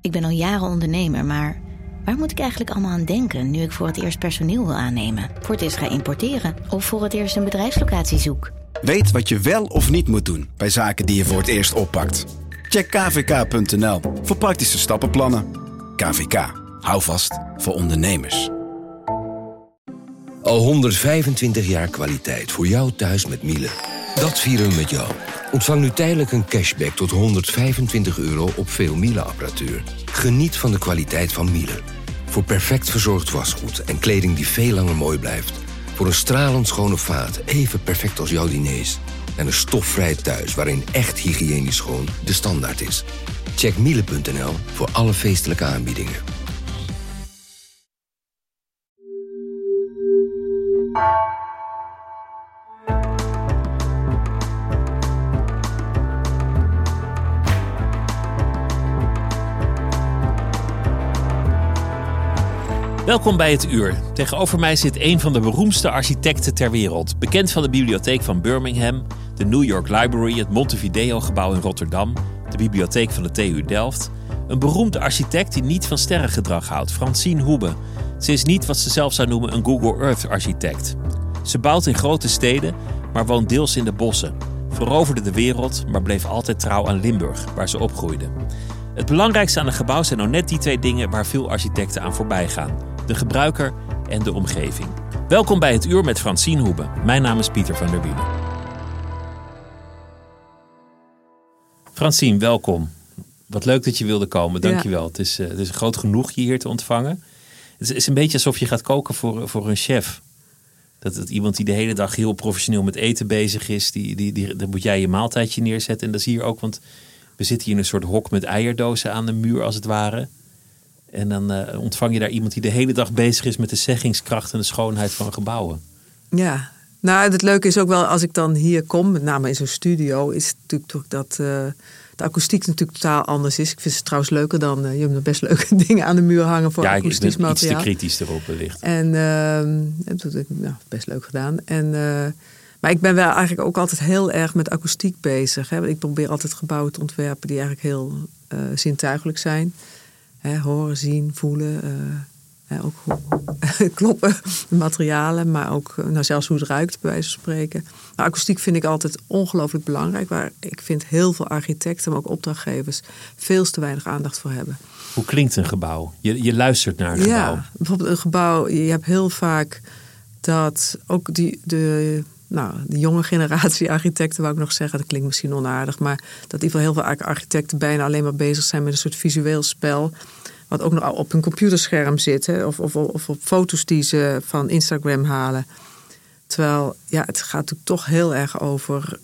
Ik ben al jaren ondernemer, maar waar moet ik eigenlijk allemaal aan denken nu ik voor het eerst personeel wil aannemen, voor het eerst ga importeren of voor het eerst een bedrijfslocatie zoek? Weet wat je wel of niet moet doen bij zaken die je voor het eerst oppakt. Check kvk.nl voor praktische stappenplannen. KVK, hou vast voor ondernemers. Al 125 jaar kwaliteit voor jou thuis met Miele. Dat vieren we met jou. Ontvang nu tijdelijk een cashback tot €125 op veel Miele-apparatuur. Geniet van de kwaliteit van Miele. Voor perfect verzorgd wasgoed en kleding die veel langer mooi blijft. Voor een stralend schone vaat, even perfect als jouw diners. En een stofvrij thuis waarin echt hygiënisch schoon de standaard is. Check miele.nl voor alle feestelijke aanbiedingen. Welkom bij Het Uur. Tegenover mij zit een van de beroemdste architecten ter wereld. Bekend van de bibliotheek van Birmingham, de New York Library, het Montevideo-gebouw in Rotterdam, de bibliotheek van de TU Delft. Een beroemde architect die niet van sterrengedrag houdt, Francine Hoebe. Ze is niet wat ze zelf zou noemen een Google Earth-architect. Ze bouwt in grote steden, maar woont deels in de bossen. Veroverde de wereld, maar bleef altijd trouw aan Limburg, waar ze opgroeide. Het belangrijkste aan een gebouw zijn nou net die twee dingen waar veel architecten aan voorbij gaan. De gebruiker en de omgeving. Welkom bij Het Uur met Francine Hoebe. Mijn naam is Pieter van der Wielen. Francine, welkom. Wat leuk dat je wilde komen. Dank je wel. Het is een groot genoeg je hier te ontvangen. Het is een beetje alsof je gaat koken voor een chef. Dat iemand die de hele dag heel professioneel met eten bezig is. Dan moet jij je maaltijdje neerzetten. En dat is hier ook, want we zitten hier in een soort hok met eierdozen aan de muur als het ware. En dan ontvang je daar iemand die de hele dag bezig is met de zeggingskracht en de schoonheid van gebouwen. Ja, nou het leuke is ook wel als ik dan hier kom, met name in zo'n studio, is het natuurlijk toch dat de akoestiek natuurlijk totaal anders is. Ik vind het trouwens leuker dan, je hebt best leuke dingen aan de muur hangen voor akoestisch materiaal. Ja, ik ben iets te kritisch erop wellicht. En dat heb ik best leuk gedaan. Maar ik ben wel eigenlijk ook altijd heel erg met akoestiek bezig. Hè. Ik probeer altijd gebouwen te ontwerpen die eigenlijk heel zintuigelijk zijn. Horen, zien, voelen, ook kloppen, materialen, maar ook zelfs hoe het ruikt, bij wijze van spreken. Maar akoestiek vind ik altijd ongelooflijk belangrijk, waar ik vind heel veel architecten, maar ook opdrachtgevers, veel te weinig aandacht voor hebben. Hoe klinkt een gebouw? Je luistert naar een gebouw. Ja, bijvoorbeeld een gebouw, je hebt heel vaak dat ook de jonge generatie architecten, wou ik nog zeggen, dat klinkt misschien onaardig, maar dat in ieder geval heel veel architecten bijna alleen maar bezig zijn met een soort visueel spel, wat ook nog op hun computerscherm zit, hè, of op foto's die ze van Instagram halen. Terwijl, het gaat natuurlijk toch heel erg over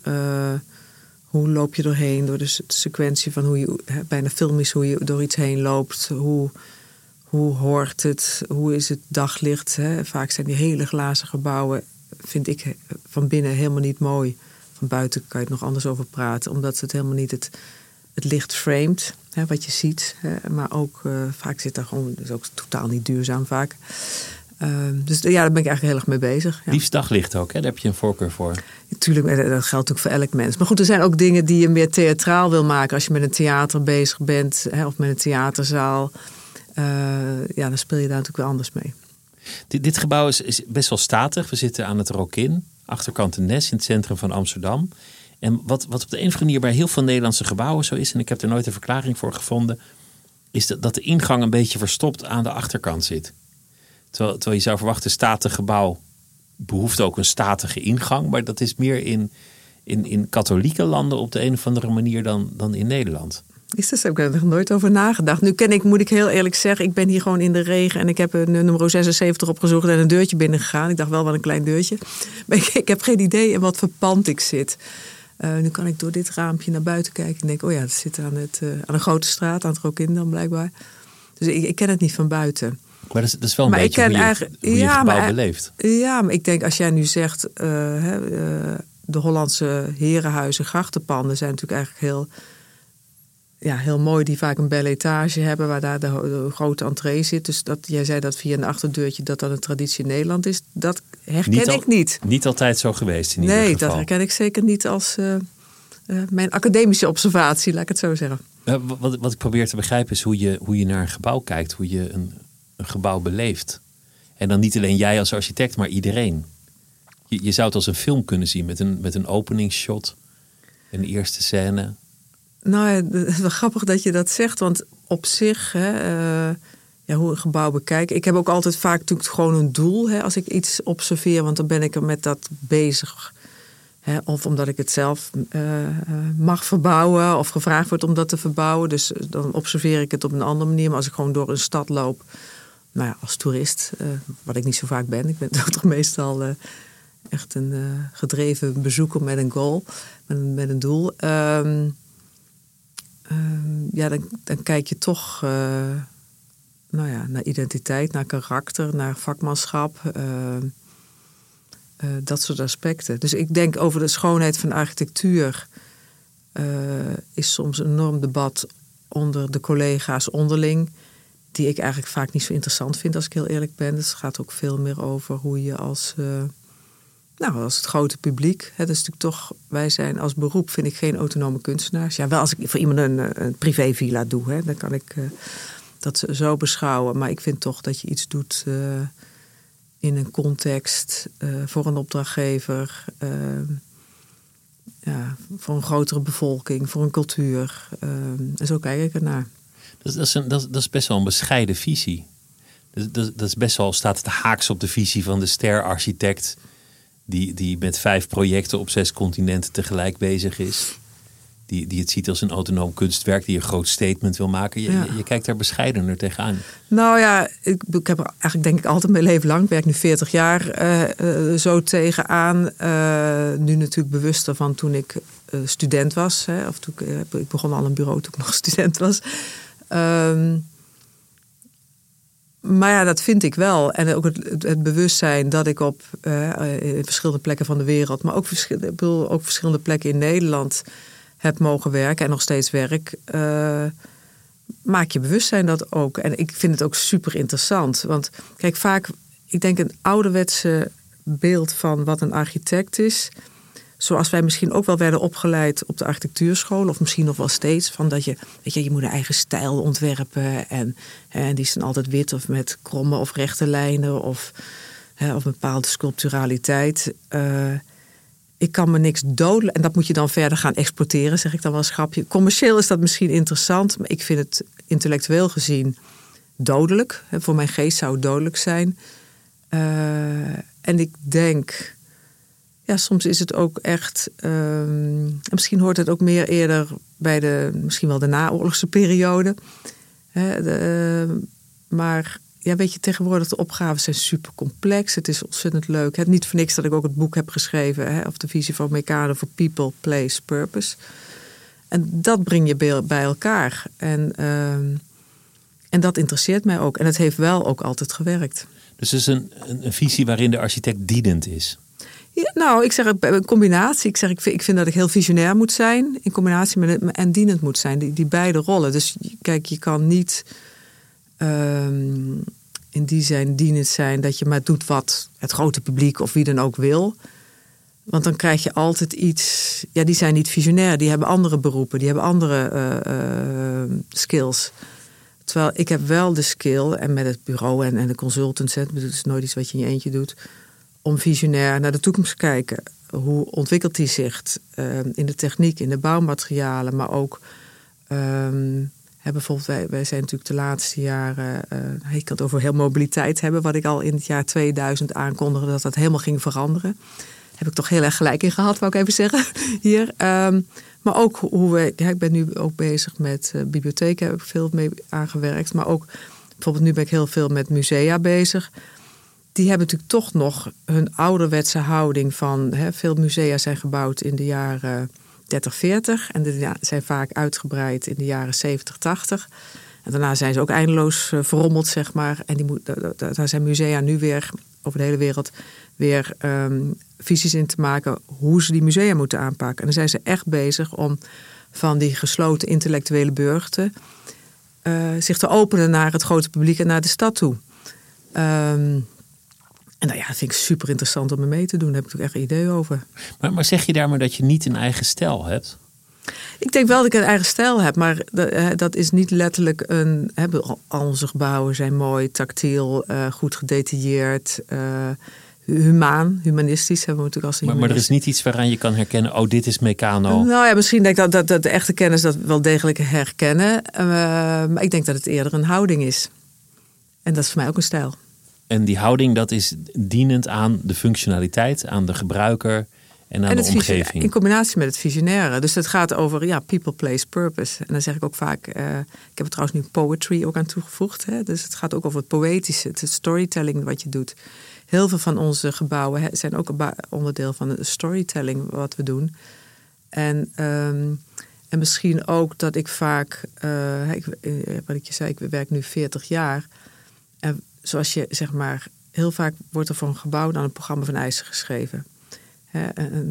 hoe loop je doorheen, door de sequentie van hoe je, bijna filmisch, hoe je door iets heen loopt, hoe hoort het, hoe is het daglicht. Hè. Vaak zijn die hele glazen gebouwen, vind ik van binnen helemaal niet mooi. Van buiten kan je het nog anders over praten. Omdat het helemaal niet het licht framed, hè, wat je ziet. Hè, maar ook vaak zit daar gewoon, dus ook totaal niet duurzaam vaak. Dus daar ben ik eigenlijk heel erg mee bezig. Ja. Liefst daglicht ook, hè? Daar heb je een voorkeur voor. Tuurlijk, dat geldt natuurlijk voor elk mens. Maar goed, er zijn ook dingen die je meer theatraal wil maken. Als je met een theater bezig bent, hè, of met een theaterzaal. Dan speel je daar natuurlijk wel anders mee. Dit gebouw is best wel statig. We zitten aan het Rokin, achterkant de Nes in het centrum van Amsterdam. En wat op de een of andere manier bij heel veel Nederlandse gebouwen zo is, en ik heb er nooit een verklaring voor gevonden, is dat de ingang een beetje verstopt aan de achterkant zit. Terwijl je zou verwachten, statig gebouw behoeft ook een statige ingang, maar dat is meer in katholieke landen op de een of andere manier dan in Nederland. Is dat zo? Ik heb er nog nooit over nagedacht. Moet ik heel eerlijk zeggen, ik ben hier gewoon in de regen en ik heb een nummer 76 opgezocht en een deurtje binnengegaan. Ik dacht wel een klein deurtje. Maar ik heb geen idee in wat voor pand ik zit. Nu kan ik door dit raampje naar buiten kijken en denk, dat zit aan een grote straat, aan het Rokin dan blijkbaar. Dus ik ken het niet van buiten. Maar dat is wel een beetje hoe je gebouw beleeft. Ja, maar ik denk als jij nu zegt, de Hollandse herenhuizen, grachtenpanden zijn natuurlijk eigenlijk heel mooi, die vaak een belle etage hebben, waar daar de grote entree zit. Dus dat jij zei dat via een achterdeurtje dat een traditie in Nederland is, dat herken ik niet. Niet altijd zo geweest in ieder geval. Nee, dat herken ik zeker niet als mijn academische observatie, laat ik het zo zeggen. Wat ik probeer te begrijpen is hoe je naar een gebouw kijkt. Hoe je een gebouw beleeft. En dan niet alleen jij als architect, maar iedereen. Je zou het als een film kunnen zien met een openingsshot. Een eerste scène. Nou, het is wel grappig dat je dat zegt. Want op zich, hoe een gebouw bekijken. Ik heb ook altijd vaak natuurlijk gewoon een doel. Als ik iets observeer, want dan ben ik er met dat bezig. Of omdat ik het zelf mag verbouwen. Of gevraagd wordt om dat te verbouwen. Dus dan observeer ik het op een andere manier. Maar als ik gewoon door een stad loop. Nou ja, als toerist. Wat ik niet zo vaak ben. Ik ben toch meestal echt een gedreven bezoeker met een goal. Met een doel. Dan kijk je toch naar identiteit, naar karakter, naar vakmanschap. Dat soort aspecten. Dus ik denk over de schoonheid van architectuur is soms een enorm debat onder de collega's onderling, die ik eigenlijk vaak niet zo interessant vind, als ik heel eerlijk ben. Dus het gaat ook veel meer over hoe je als het grote publiek. Dat is natuurlijk toch, wij zijn als beroep, vind ik geen autonome kunstenaars. Ja, wel als ik voor iemand een privévilla doe, dan kan ik dat zo beschouwen. Maar ik vind toch dat je iets doet in een context, voor een opdrachtgever, voor een grotere bevolking, voor een cultuur. En zo kijk ik ernaar. Dat is best wel een bescheiden visie. Dat is best wel, staat het haaks op de visie van de sterarchitect die met 5 projecten op 6 continenten tegelijk bezig is. Die het ziet als een autonoom kunstwerk, die een groot statement wil maken. Je kijkt daar bescheidener tegenaan. Nou ja, ik heb er eigenlijk denk ik altijd mijn leven lang, ik werk nu 40 jaar zo tegenaan. Nu natuurlijk bewuster van toen ik student was. Of toen ik begon al een bureau toen ik nog student was. Maar ja, dat vind ik wel. En ook het bewustzijn dat ik op in verschillende plekken van de wereld, maar ook verschillende plekken in Nederland heb mogen werken en nog steeds werk, maak je bewustzijn dat ook. En ik vind het ook super interessant. Want kijk, vaak, ik denk een ouderwetse beeld van wat een architect is, zoals wij misschien ook wel werden opgeleid op de architectuurschool, of misschien nog wel steeds, van dat je moet een eigen stijl ontwerpen en die zijn altijd wit of met kromme of rechte lijnen of een bepaalde sculpturaliteit. Ik kan me niks doden. En dat moet je dan verder gaan exporteren, zeg ik dan wel een grapje. Commercieel is dat misschien interessant, maar ik vind het intellectueel gezien dodelijk. Voor mijn geest zou het dodelijk zijn. En ik denk, ja, soms is het ook echt, misschien hoort het ook meer eerder bij misschien wel de naoorlogse periode. Maar ja, weet je, tegenwoordig de opgaven zijn super complex. Het is ontzettend leuk. Niet voor niks dat ik ook het boek heb geschreven, of de visie van Meccano voor People, Place, Purpose. En dat breng je bij elkaar. En dat interesseert mij ook. En het heeft wel ook altijd gewerkt. Dus het is een visie waarin de architect dienend is. Ja, nou, ik zeg een combinatie. Ik vind dat ik heel visionair moet zijn in combinatie met en dienend moet zijn. Die beide rollen. Dus kijk, je kan niet in die zin dienend zijn dat je maar doet wat het grote publiek of wie dan ook wil. Want dan krijg je altijd iets. Ja, die zijn niet visionair. Die hebben andere beroepen. Die hebben andere skills. Terwijl ik heb wel de skill, en met het bureau en de consultants, het is nooit iets wat je in je eentje doet, om visionair naar de toekomst te kijken. Hoe ontwikkelt die zich in de techniek, in de bouwmaterialen, maar ook bijvoorbeeld, wij zijn natuurlijk de laatste jaren, ik kan het over heel mobiliteit hebben, wat ik al in het jaar 2000 aankondigde dat helemaal ging veranderen. Heb ik toch heel erg gelijk in gehad, wou ik even zeggen hier. Maar ook ik ben nu ook bezig met bibliotheken, heb ik veel mee aangewerkt. Maar ook bijvoorbeeld nu ben ik heel veel met musea bezig. Die hebben natuurlijk toch nog hun ouderwetse houding van, veel musea zijn gebouwd in de jaren 30, 40. En die zijn vaak uitgebreid in de jaren 70, 80. En daarna zijn ze ook eindeloos verrommeld, zeg maar. En daar zijn musea nu weer over de hele wereld weer visies in te maken hoe ze die musea moeten aanpakken. En dan zijn ze echt bezig om van die gesloten intellectuele burchten zich te openen naar het grote publiek en naar de stad toe. En nou ja, dat vind ik super interessant om mee te doen. Daar heb ik ook echt een idee over. Maar zeg je daar maar dat je niet een eigen stijl hebt? Ik denk wel dat ik een eigen stijl heb, maar dat is niet letterlijk een... Al onze gebouwen zijn mooi, tactiel, goed gedetailleerd, humanistisch hebben we natuurlijk als humanist. Maar er is niet iets waaraan je kan herkennen, dit is Meccano. Nou ja, misschien denk ik dat de echte kenners dat wel degelijk herkennen. Maar ik denk dat het eerder een houding is. En dat is voor mij ook een stijl. En die houding, dat is dienend aan de functionaliteit, aan de gebruiker en aan de omgeving. In combinatie met het visionaire. Dus het gaat over people, place, purpose. En dan zeg ik ook vaak, ik heb er trouwens nu poetry ook aan toegevoegd. Hè? Dus het gaat ook over het poëtische, het storytelling wat je doet. Heel veel van onze gebouwen zijn ook een onderdeel van de storytelling wat we doen. En misschien ook dat ik vaak, wat ik je zei, ik werk nu 40 jaar. En zoals je zeg maar, heel vaak wordt er voor een gebouw dan een programma van eisen geschreven. Een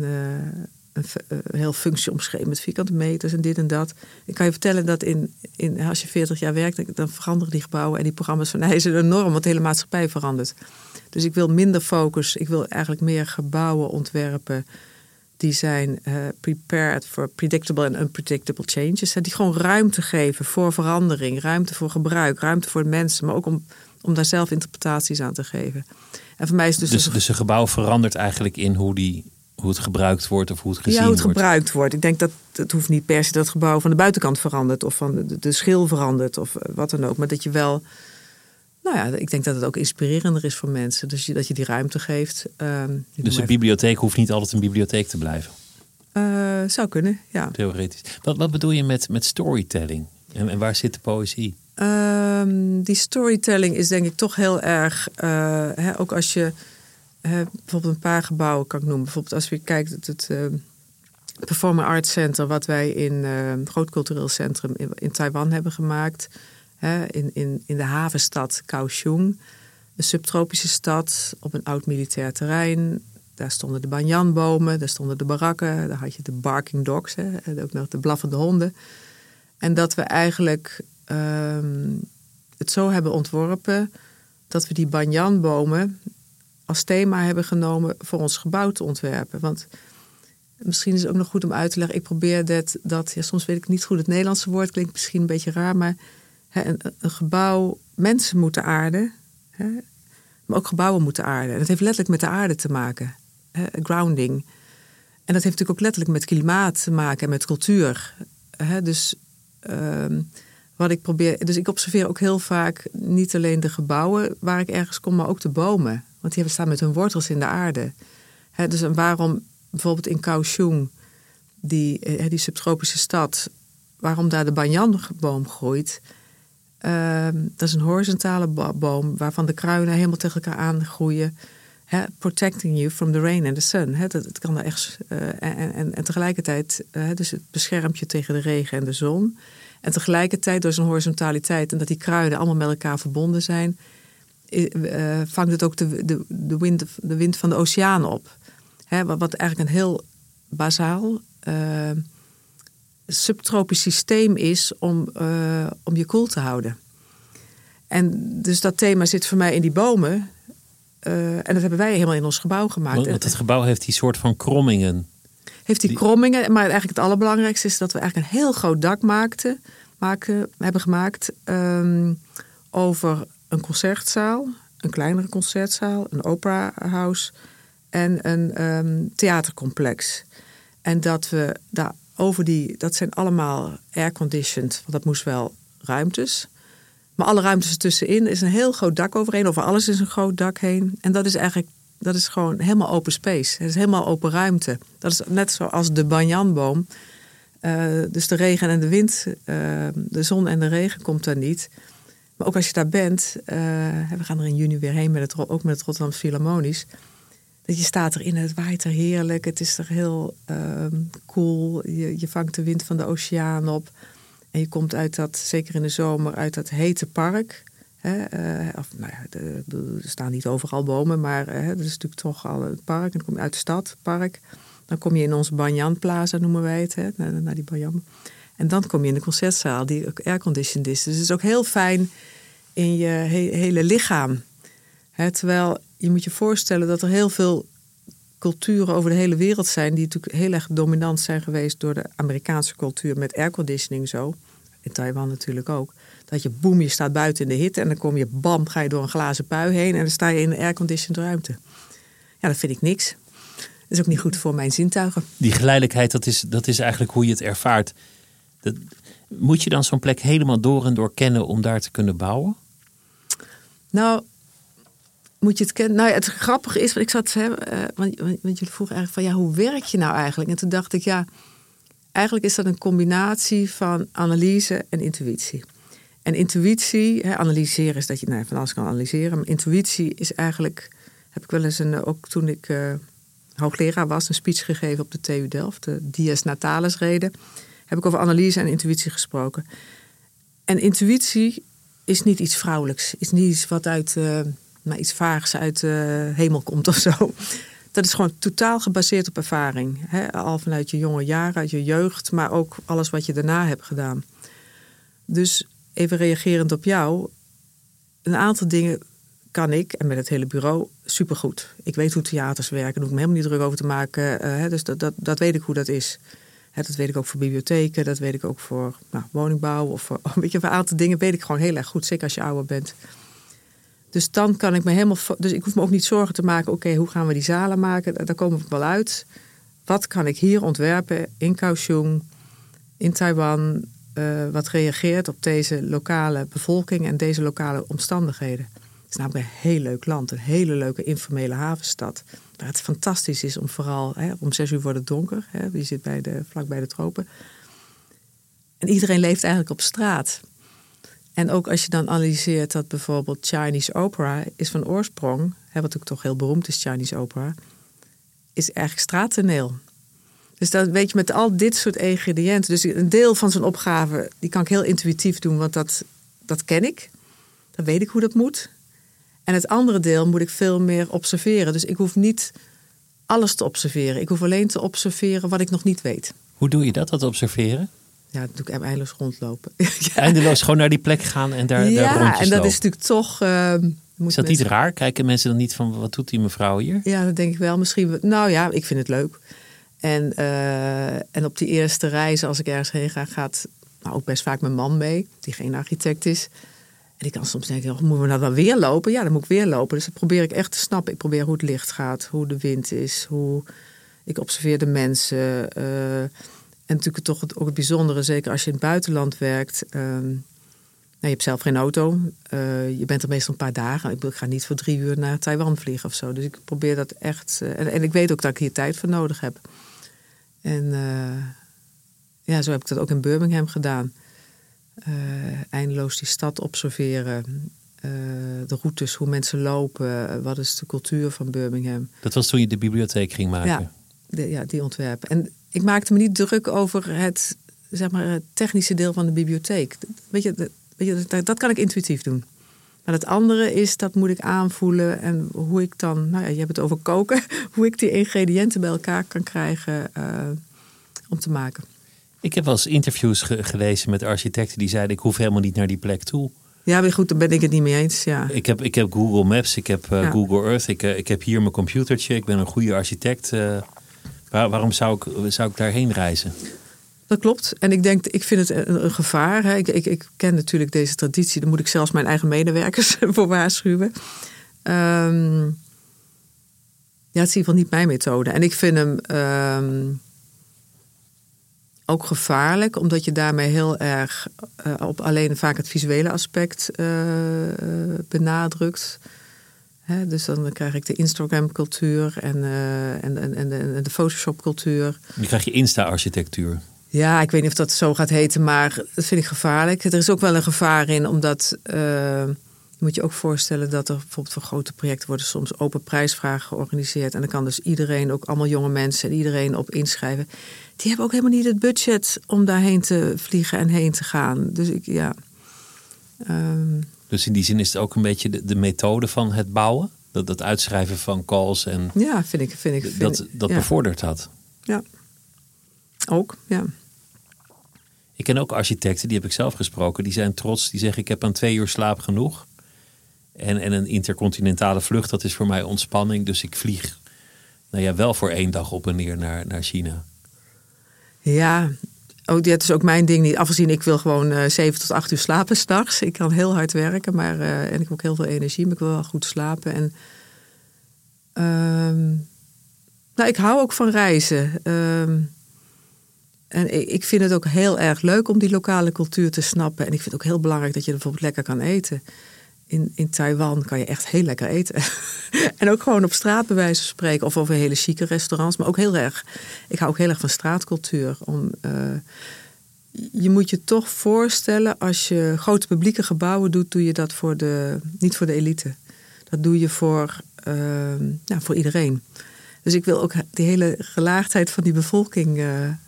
heel functie omschreven met vierkante meters en dit en dat. Ik kan je vertellen dat als je 40 jaar werkt, dan veranderen die gebouwen en die programma's van eisen enorm, want de hele maatschappij verandert. Dus ik wil minder focus. Ik wil eigenlijk meer gebouwen ontwerpen die zijn prepared for predictable and unpredictable changes. Die gewoon ruimte geven voor verandering, ruimte voor gebruik, ruimte voor de mensen, maar ook om daar zelf interpretaties aan te geven. En voor mij is dus een gebouw verandert eigenlijk in hoe het gebruikt wordt of hoe het gezien wordt. Ja, hoe het gebruikt wordt. Ik denk dat het hoeft niet per se dat het gebouw van de buitenkant verandert of van de schil verandert of wat dan ook. Maar dat je wel, ik denk dat het ook inspirerender is voor mensen. Dus dat je die ruimte geeft. Dus een bibliotheek hoeft niet altijd een bibliotheek te blijven? Zou kunnen, ja. Theoretisch. Wat bedoel je met storytelling? En waar zit de poëzie? Die storytelling is denk ik toch heel erg, ook als je bijvoorbeeld een paar gebouwen kan ik noemen. Bijvoorbeeld als je kijkt het Performing Arts Center wat wij in het Groot Cultureel Centrum in Taiwan hebben gemaakt. In de havenstad Kaohsiung, een subtropische stad op een oud militair terrein. Daar stonden de banyanbomen, daar stonden de barakken, daar had je de barking dogs, ook nog de blaffende honden. En dat we eigenlijk het zo hebben ontworpen dat we die banyanbomen als thema hebben genomen voor ons gebouw te ontwerpen. Want misschien is het ook nog goed om uit te leggen. Ik probeer soms weet ik niet goed het Nederlandse woord, klinkt misschien een beetje raar, maar een gebouw, mensen moeten aarden, maar ook gebouwen moeten aarden. En dat heeft letterlijk met de aarde te maken. Grounding. En dat heeft natuurlijk ook letterlijk met klimaat te maken en met cultuur. Dus wat ik probeer. Dus ik observeer ook heel vaak niet alleen de gebouwen waar ik ergens kom, maar ook de bomen. Want die staan met hun wortels in de aarde. Dus waarom bijvoorbeeld in Kaohsiung, die subtropische stad, waarom daar de banyanboom groeit. Dat is een horizontale boom waarvan de kruinen helemaal tegen elkaar aangroeien. Protecting you from the rain and the sun. Het kan er echt. En tegelijkertijd, dus het beschermt je tegen de regen en de zon. En tegelijkertijd door zijn horizontaliteit en dat die kruinen allemaal met elkaar verbonden zijn, vangt het ook de wind van de oceaan op. Wat eigenlijk een heel bazaal subtropisch systeem is om je koel te houden. En dus dat thema zit voor mij in die bomen. En dat hebben wij helemaal in ons gebouw gemaakt. Want het gebouw heeft die soort van krommingen. Heeft die krommingen, maar eigenlijk het allerbelangrijkste is dat we eigenlijk een heel groot dak hebben gemaakt over een concertzaal, een kleinere concertzaal, een opera house en een theatercomplex. En dat we daar dat zijn allemaal airconditioned, want dat moest wel ruimtes. Maar alle ruimtes ertussenin is een heel groot dak overheen. Over alles is een groot dak heen. En dat is gewoon helemaal open space. Het is helemaal open ruimte. Dat is net zoals de banyanboom. Dus de regen en de wind, de zon en de regen komt daar niet. Maar ook als je daar bent, we gaan er in juni weer heen, ook met het Rotterdamse Philharmonisch. Dat je staat erin, het waait er heerlijk. Het is er heel cool. Je vangt de wind van de oceaan op. En je komt uit dat, zeker in de zomer, uit dat hete park. Er staan niet overal bomen, maar er is natuurlijk toch al het park. En dan kom je uit de stad, park. Dan kom je in onze Banyan Plaza, noemen wij het, naar die Banyan. En dan kom je in de concertzaal, die ook airconditioned is. Dus het is ook heel fijn in je hele lichaam. Terwijl je moet je voorstellen dat er heel veel culturen over de hele wereld zijn... die natuurlijk heel erg dominant zijn geweest... door de Amerikaanse cultuur met airconditioning zo. In Taiwan natuurlijk ook. Dat je boem, je staat buiten in de hitte... en dan kom je bam, ga je door een glazen pui heen... en dan sta je in een airconditioned ruimte. Ja, dat vind ik niks. Dat is ook niet goed voor mijn zintuigen. Die geleidelijkheid, dat is eigenlijk hoe je het ervaart. Moet je dan zo'n plek helemaal door en door kennen... om daar te kunnen bouwen? Nou... Moet je het kennen? Nou ja, het grappige is, want ik zat want jullie vroegen eigenlijk van hoe werk je nou eigenlijk? En toen dacht ik, eigenlijk is dat een combinatie van analyse en intuïtie. En intuïtie, analyseren is dat je van alles kan analyseren. Maar intuïtie is eigenlijk, heb ik wel eens ook toen ik hoogleraar was, een speech gegeven op de TU Delft, de Dies Natalis reden, heb ik over analyse en intuïtie gesproken. En intuïtie is niet iets vrouwelijks, is niet iets wat uit iets vaags uit de hemel komt of zo. Dat is gewoon totaal gebaseerd op ervaring. Hè? Al vanuit je jonge jaren, uit je jeugd, maar ook alles wat je daarna hebt gedaan. Dus even reagerend op jou. Een aantal dingen kan ik, en met het hele bureau, supergoed. Ik weet hoe theaters werken, daar hoef ik me helemaal niet druk over te maken. Dus dat weet ik hoe dat is. Dat weet ik ook voor bibliotheken, dat weet ik ook voor woningbouw. Of voor een aantal dingen weet ik gewoon heel erg goed, zeker als je ouder bent. Dus dan kan ik me helemaal... Dus ik hoef me ook niet zorgen te maken... Oké, hoe gaan we die zalen maken? Daar komen we wel uit. Wat kan ik hier ontwerpen in Kaohsiung, in Taiwan... wat reageert op deze lokale bevolking en deze lokale omstandigheden? Het is namelijk een heel leuk land. Een hele leuke informele havenstad. Waar het fantastisch is om vooral... om 6 uur wordt het donker. Je zit vlak bij de tropen. En iedereen leeft eigenlijk op straat... En ook als je dan analyseert dat bijvoorbeeld Chinese opera is van oorsprong, wat ook toch heel beroemd is, Chinese opera, is eigenlijk straattoneel. Dus dan weet je met al dit soort ingrediënten. Dus een deel van zo'n opgave, die kan ik heel intuïtief doen, want dat ken ik. Dan weet ik hoe dat moet. En het andere deel moet ik veel meer observeren. Dus ik hoef niet alles te observeren. Ik hoef alleen te observeren wat ik nog niet weet. Hoe doe je dat observeren? Ja, dat doe ik eindeloos rondlopen. Eindeloos gewoon naar die plek gaan en daar rondjes lopen. Ja, en dat is natuurlijk toch... is dat niet raar? Kijken mensen dan niet van, wat doet die mevrouw hier? Ja, dat denk ik wel. Misschien, ik vind het leuk. En op die eerste reizen, als ik ergens heen ga, gaat ook best vaak mijn man mee, die geen architect is. En die kan soms denken, moeten we nou dan weer lopen? Ja, dan moet ik weer lopen. Dus dat probeer ik echt te snappen. Ik probeer hoe het licht gaat, hoe de wind is, hoe ik observeer de mensen... En natuurlijk toch ook het bijzondere, zeker als je in het buitenland werkt. Je hebt zelf geen auto. Je bent er meestal een paar dagen. Ik ga niet voor 3 uur naar Taiwan vliegen of zo. Dus ik probeer dat echt... En ik weet ook dat ik hier tijd voor nodig heb. En zo heb ik dat ook in Birmingham gedaan. Eindeloos die stad observeren. De routes, hoe mensen lopen. Wat is de cultuur van Birmingham. Dat was toen je de bibliotheek ging maken? Ja, die ontwerpen. En ik maakte me niet druk over het technische deel van de bibliotheek. Weet je, dat kan ik intuïtief doen. Maar het andere is, dat moet ik aanvoelen. En hoe ik dan, je hebt het over koken. Hoe ik die ingrediënten bij elkaar kan krijgen om te maken. Ik heb wel eens interviews gelezen met architecten die zeiden, ik hoef helemaal niet naar die plek toe. Ja, maar goed, daar ben ik het niet mee eens. Ja. Ik heb Google Maps, ik heb Google Earth, ik heb hier mijn computertje. Ik ben een goede architect. Waarom zou ik daarheen reizen? Dat klopt. En ik vind het een gevaar. Hè. Ik ken natuurlijk deze traditie. Daar moet ik zelfs mijn eigen medewerkers voor waarschuwen. Het is in ieder geval niet mijn methode. En ik vind hem ook gevaarlijk. Omdat je daarmee heel erg op alleen vaak het visuele aspect benadrukt. Dus dan krijg ik de Instagram-cultuur en de Photoshop-cultuur. Dan krijg je Insta-architectuur. Ja, ik weet niet of dat zo gaat heten, maar dat vind ik gevaarlijk. Er is ook wel een gevaar in, omdat je moet je ook voorstellen dat er bijvoorbeeld voor grote projecten worden soms open prijsvragen georganiseerd. En dan kan dus iedereen, ook allemaal jonge mensen en iedereen op inschrijven. Die hebben ook helemaal niet het budget om daarheen te vliegen en heen te gaan. Dus Dus in die zin is het ook een beetje de methode van het bouwen? Dat uitschrijven van calls en... Ja, vind ik. Dat bevordert dat? Ja. Ook, ja. Ik ken ook architecten, die heb ik zelf gesproken. Die zijn trots, die zeggen ik heb aan 2 uur slaap genoeg. En een intercontinentale vlucht, dat is voor mij ontspanning. Dus ik vlieg Nou ja, wel voor 1 dag op en neer naar China. Ja, dat is ook mijn ding niet. Afgezien, ik wil gewoon 7 tot 8 uur slapen 's nachts. Ik kan heel hard werken, en ik heb ook heel veel energie, maar ik wil wel goed slapen. En ik hou ook van reizen. En ik vind het ook heel erg leuk om die lokale cultuur te snappen. En ik vind het ook heel belangrijk dat je bijvoorbeeld lekker kan eten. In Taiwan kan je echt heel lekker eten. En ook gewoon op straat bij wijze van spreken. Of over hele chique restaurants. Maar ook heel erg. Ik hou ook heel erg van straatcultuur. Je moet je toch voorstellen. Als je grote publieke gebouwen doet. Doe je dat niet voor de elite. Dat doe je voor iedereen. Dus ik wil ook die hele gelaagdheid van die bevolking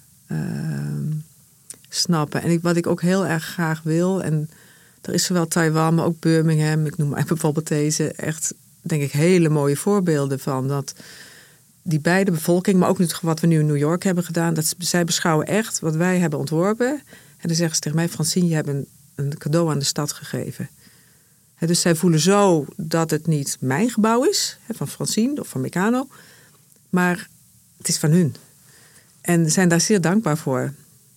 snappen. En wat ik ook heel erg graag wil. En er is zowel Taiwan, maar ook Birmingham. Ik noem bijvoorbeeld deze echt, denk ik, hele mooie voorbeelden van. Dat die beide bevolking, maar ook wat we nu in New York hebben gedaan. Dat zij beschouwen echt wat wij hebben ontworpen. En dan zeggen ze tegen mij, Francine, je hebt een cadeau aan de stad gegeven. Dus zij voelen zo dat het niet mijn gebouw is. Van Francine of van Meccano. Maar het is van hun. En zijn daar zeer dankbaar voor.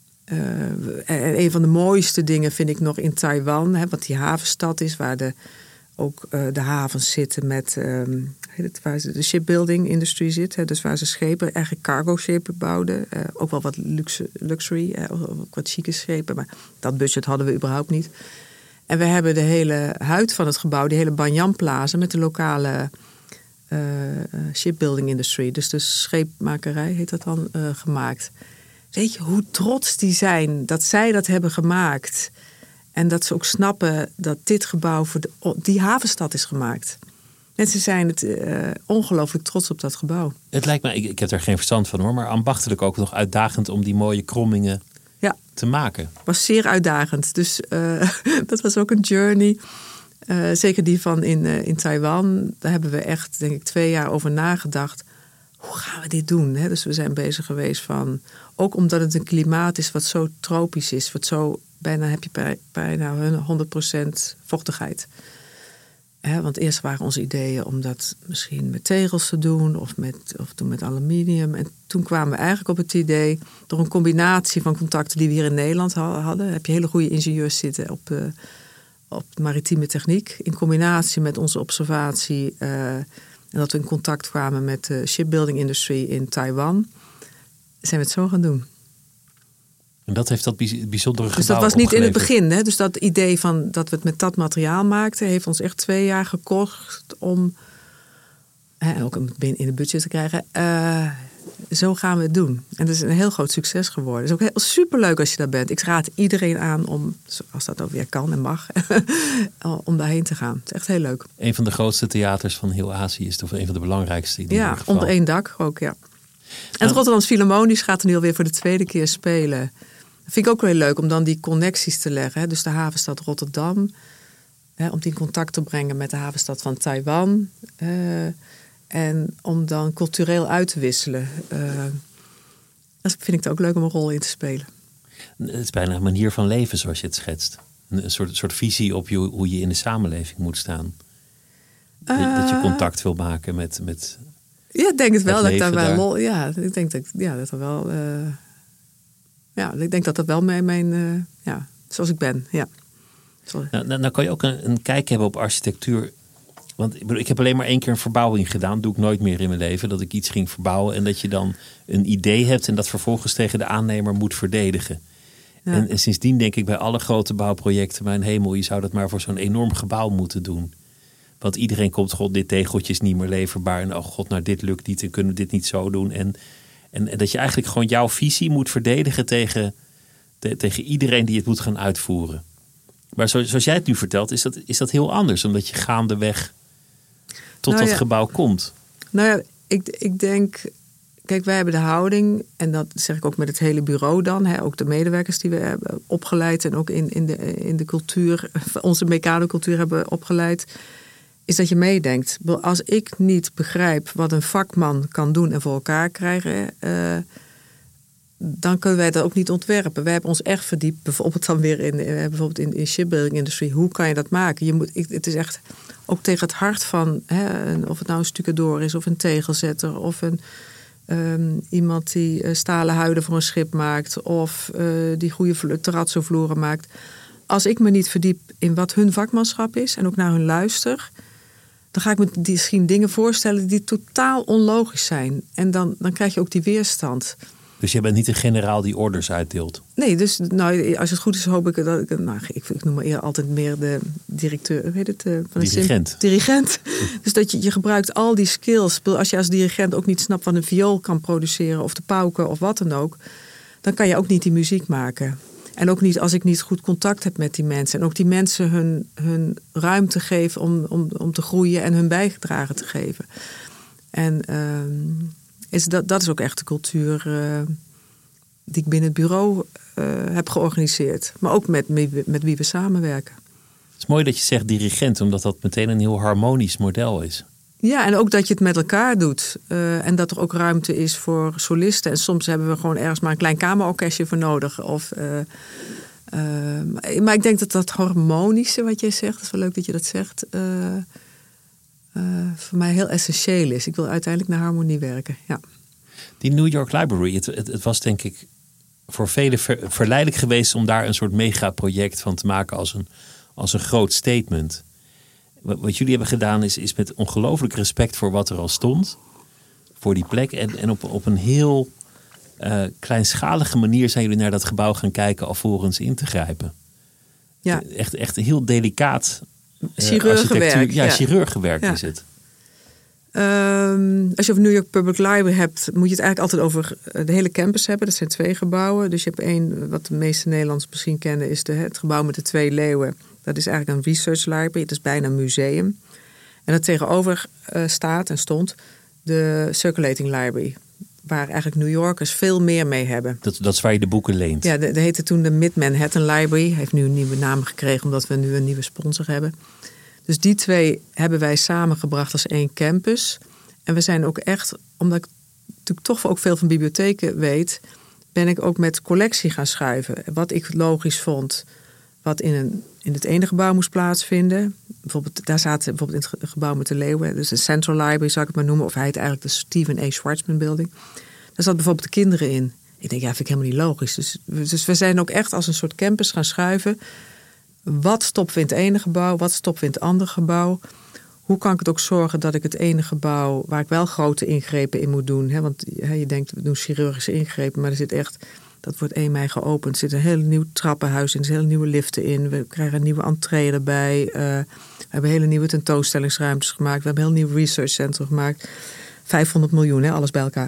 En een van de mooiste dingen vind ik nog in Taiwan. Wat die havenstad is, waar ook de havens zitten met waar de shipbuilding industrie zit. Dus waar ze schepen, eigenlijk cargo schepen bouwden. Ook wel wat luxury, ook wat chique schepen. Maar dat budget hadden we überhaupt niet. En we hebben de hele huid van het gebouw, die hele Banyan Plaza met de lokale shipbuilding industrie. Dus de scheepmakerij heet dat dan, gemaakt. Weet je hoe trots die zijn dat zij dat hebben gemaakt. En dat ze ook snappen dat dit gebouw voor die havenstad is gemaakt. Mensen zijn het ongelooflijk trots op dat gebouw. Het lijkt me, ik heb er geen verstand van hoor, maar ambachtelijk ook nog uitdagend om die mooie krommingen te maken. Het was zeer uitdagend. Dus dat was ook een journey. Zeker die van in Taiwan. Daar hebben we echt, denk ik, 2 jaar over nagedacht. Hoe gaan we dit doen? Dus we zijn bezig geweest van... Ook omdat het een klimaat is wat zo tropisch is. Wat zo, bijna heb je bijna 100% vochtigheid. Want eerst waren onze ideeën om dat misschien met tegels te doen. Of toen met aluminium. En toen kwamen we eigenlijk op het idee... door een combinatie van contacten die we hier in Nederland hadden... heb je hele goede ingenieurs zitten op maritieme techniek. In combinatie met onze observatie... en dat we in contact kwamen met de shipbuilding industrie in Taiwan... zijn we het zo gaan doen. En dat heeft dat bijzondere gebouw Dus dat was niet opgeleverd. in het begin. Hè? Dus dat idee van dat we het met dat materiaal maakten... heeft ons echt 2 jaar gekost om... ook in het budget te krijgen... zo gaan we het doen. En dat is een heel groot succes geworden. Het is ook heel superleuk als je daar bent. Ik raad iedereen aan om, als dat ook weer kan en mag... om daarheen te gaan. Het is echt heel leuk. Een van de grootste theaters van heel Azië is het, of een van de belangrijkste. Ja, onder 1 dak ook, ja. En het Rotterdams Philharmonisch gaat er nu alweer voor de 2e keer spelen. Dat vind ik ook heel leuk om dan die connecties te leggen. Hè? Dus de havenstad Rotterdam. Om die in contact te brengen met de havenstad van Taiwan. En om dan cultureel uit te wisselen. Dat vind ik het ook leuk om een rol in te spelen. Het is bijna een manier van leven zoals je het schetst. Een soort visie op hoe je in de samenleving moet staan. Dat je contact wil maken met ja, ik denk het wel. Het dat daar leven wel. Ja, ik denk dat er wel. Ik denk dat wel mijn. Zoals ik ben. Ja. Nou kan je ook een kijk hebben op architectuur. Want ik heb alleen maar 1 keer een verbouwing gedaan. Dat doe ik nooit meer in mijn leven. Dat ik iets ging verbouwen. En dat je dan een idee hebt. En dat vervolgens tegen de aannemer moet verdedigen. Ja. En sindsdien denk ik bij alle grote bouwprojecten. Mijn hemel, je zou dat maar voor zo'n enorm gebouw moeten doen. Want iedereen komt, god, dit tegeltje is niet meer leverbaar. En oh god, nou dit lukt niet en kunnen we dit niet zo doen. En dat je eigenlijk gewoon jouw visie moet verdedigen tegen iedereen die het moet gaan uitvoeren. Maar zoals jij het nu vertelt, is dat heel anders. Omdat je gaandeweg tot dat gebouw komt. Nou ja, ik denk... Kijk, wij hebben de houding, en dat zeg ik ook met het hele bureau dan. Ook de medewerkers die we hebben opgeleid en ook in de cultuur, onze mecanocultuur hebben opgeleid... is dat je meedenkt. Als ik niet begrijp wat een vakman kan doen en voor elkaar krijgen... dan kunnen wij dat ook niet ontwerpen. Wij hebben ons echt verdiept, bijvoorbeeld dan weer in shipbuilding industry. Hoe kan je dat maken? Het is echt ook tegen het hart van, of het nou een stucadoor is of een tegelzetter of iemand die stalen huiden voor een schip maakt of die goede terrazzo-vloeren maakt. Als ik me niet verdiep in wat hun vakmanschap is en ook naar hun luister, dan ga ik me misschien dingen voorstellen die totaal onlogisch zijn. En dan krijg je ook die weerstand. Dus jij bent niet een generaal die orders uitdeelt? Nee, dus als het goed is hoop ik dat ik noem maar eerder altijd meer de directeur, dirigent. Dus dat je gebruikt al die skills. Als je als dirigent ook niet snapt wat een viool kan produceren of de pauken of wat dan ook, dan kan je ook niet die muziek maken. En ook niet als ik niet goed contact heb met die mensen. En ook die mensen hun ruimte geven om te groeien en hun bijdrage te geven. En dat is ook echt de cultuur die ik binnen het bureau heb georganiseerd. Maar ook met wie we samenwerken. Het is mooi dat je zegt dirigent, omdat dat meteen een heel harmonisch model is. Ja, en ook dat je het met elkaar doet. En dat er ook ruimte is voor solisten. En soms hebben we gewoon ergens maar een klein kamerorkestje voor nodig. Maar ik denk dat harmonische wat jij zegt, dat is wel leuk dat je dat zegt, voor mij heel essentieel is. Ik wil uiteindelijk naar harmonie werken, ja. Die New York Library, het was denk ik voor velen verleidelijk geweest om daar een soort megaproject van te maken als een groot statement. Wat jullie hebben gedaan is met ongelooflijk respect voor wat er al stond. Voor die plek. En op een heel kleinschalige manier zijn jullie naar dat gebouw gaan kijken alvorens in te grijpen. Ja. Echt heel delicaat. Chirurgenwerk. Chirurgenwerk is het. Als je over New York Public Library hebt, moet je het eigenlijk altijd over de hele campus hebben. Dat zijn 2 gebouwen. Dus je hebt één, wat de meeste Nederlanders misschien kennen, is het gebouw met de 2 leeuwen. Dat is eigenlijk een research library. Het is bijna een museum. En dat tegenover staat en stond de Circulating Library. Waar eigenlijk New Yorkers veel meer mee hebben. Dat is waar je de boeken leent. Ja, dat heette toen de Mid-Manhattan Library. Hij heeft nu een nieuwe naam gekregen omdat we nu een nieuwe sponsor hebben. Dus die 2 hebben wij samengebracht als 1 campus. En we zijn ook echt, omdat ik natuurlijk toch ook veel van bibliotheken weet, ben ik ook met collectie gaan schuiven. Wat ik logisch vond, wat in het ene gebouw moest plaatsvinden. Daar zaten bijvoorbeeld in het gebouw met de leeuwen, dus de Central Library zou ik het maar noemen, of hij heet eigenlijk de Stephen A. Schwarzman Building. Daar zat bijvoorbeeld de kinderen in. Ik denk, vind ik helemaal niet logisch. Dus we zijn ook echt als een soort campus gaan schuiven. Wat stoppen we in het ene gebouw? Wat stoppen we in het andere gebouw? Hoe kan ik het ook zorgen dat ik het ene gebouw, waar ik wel grote ingrepen in moet doen. Want je denkt, we doen chirurgische ingrepen, maar er zit echt, dat wordt 1 mei geopend. Er zit een heel nieuw trappenhuis in, er zitten hele nieuwe liften in. We krijgen een nieuwe entree erbij. We hebben hele nieuwe tentoonstellingsruimtes gemaakt. We hebben een heel nieuw researchcentrum gemaakt. 500 miljoen, alles bij elkaar.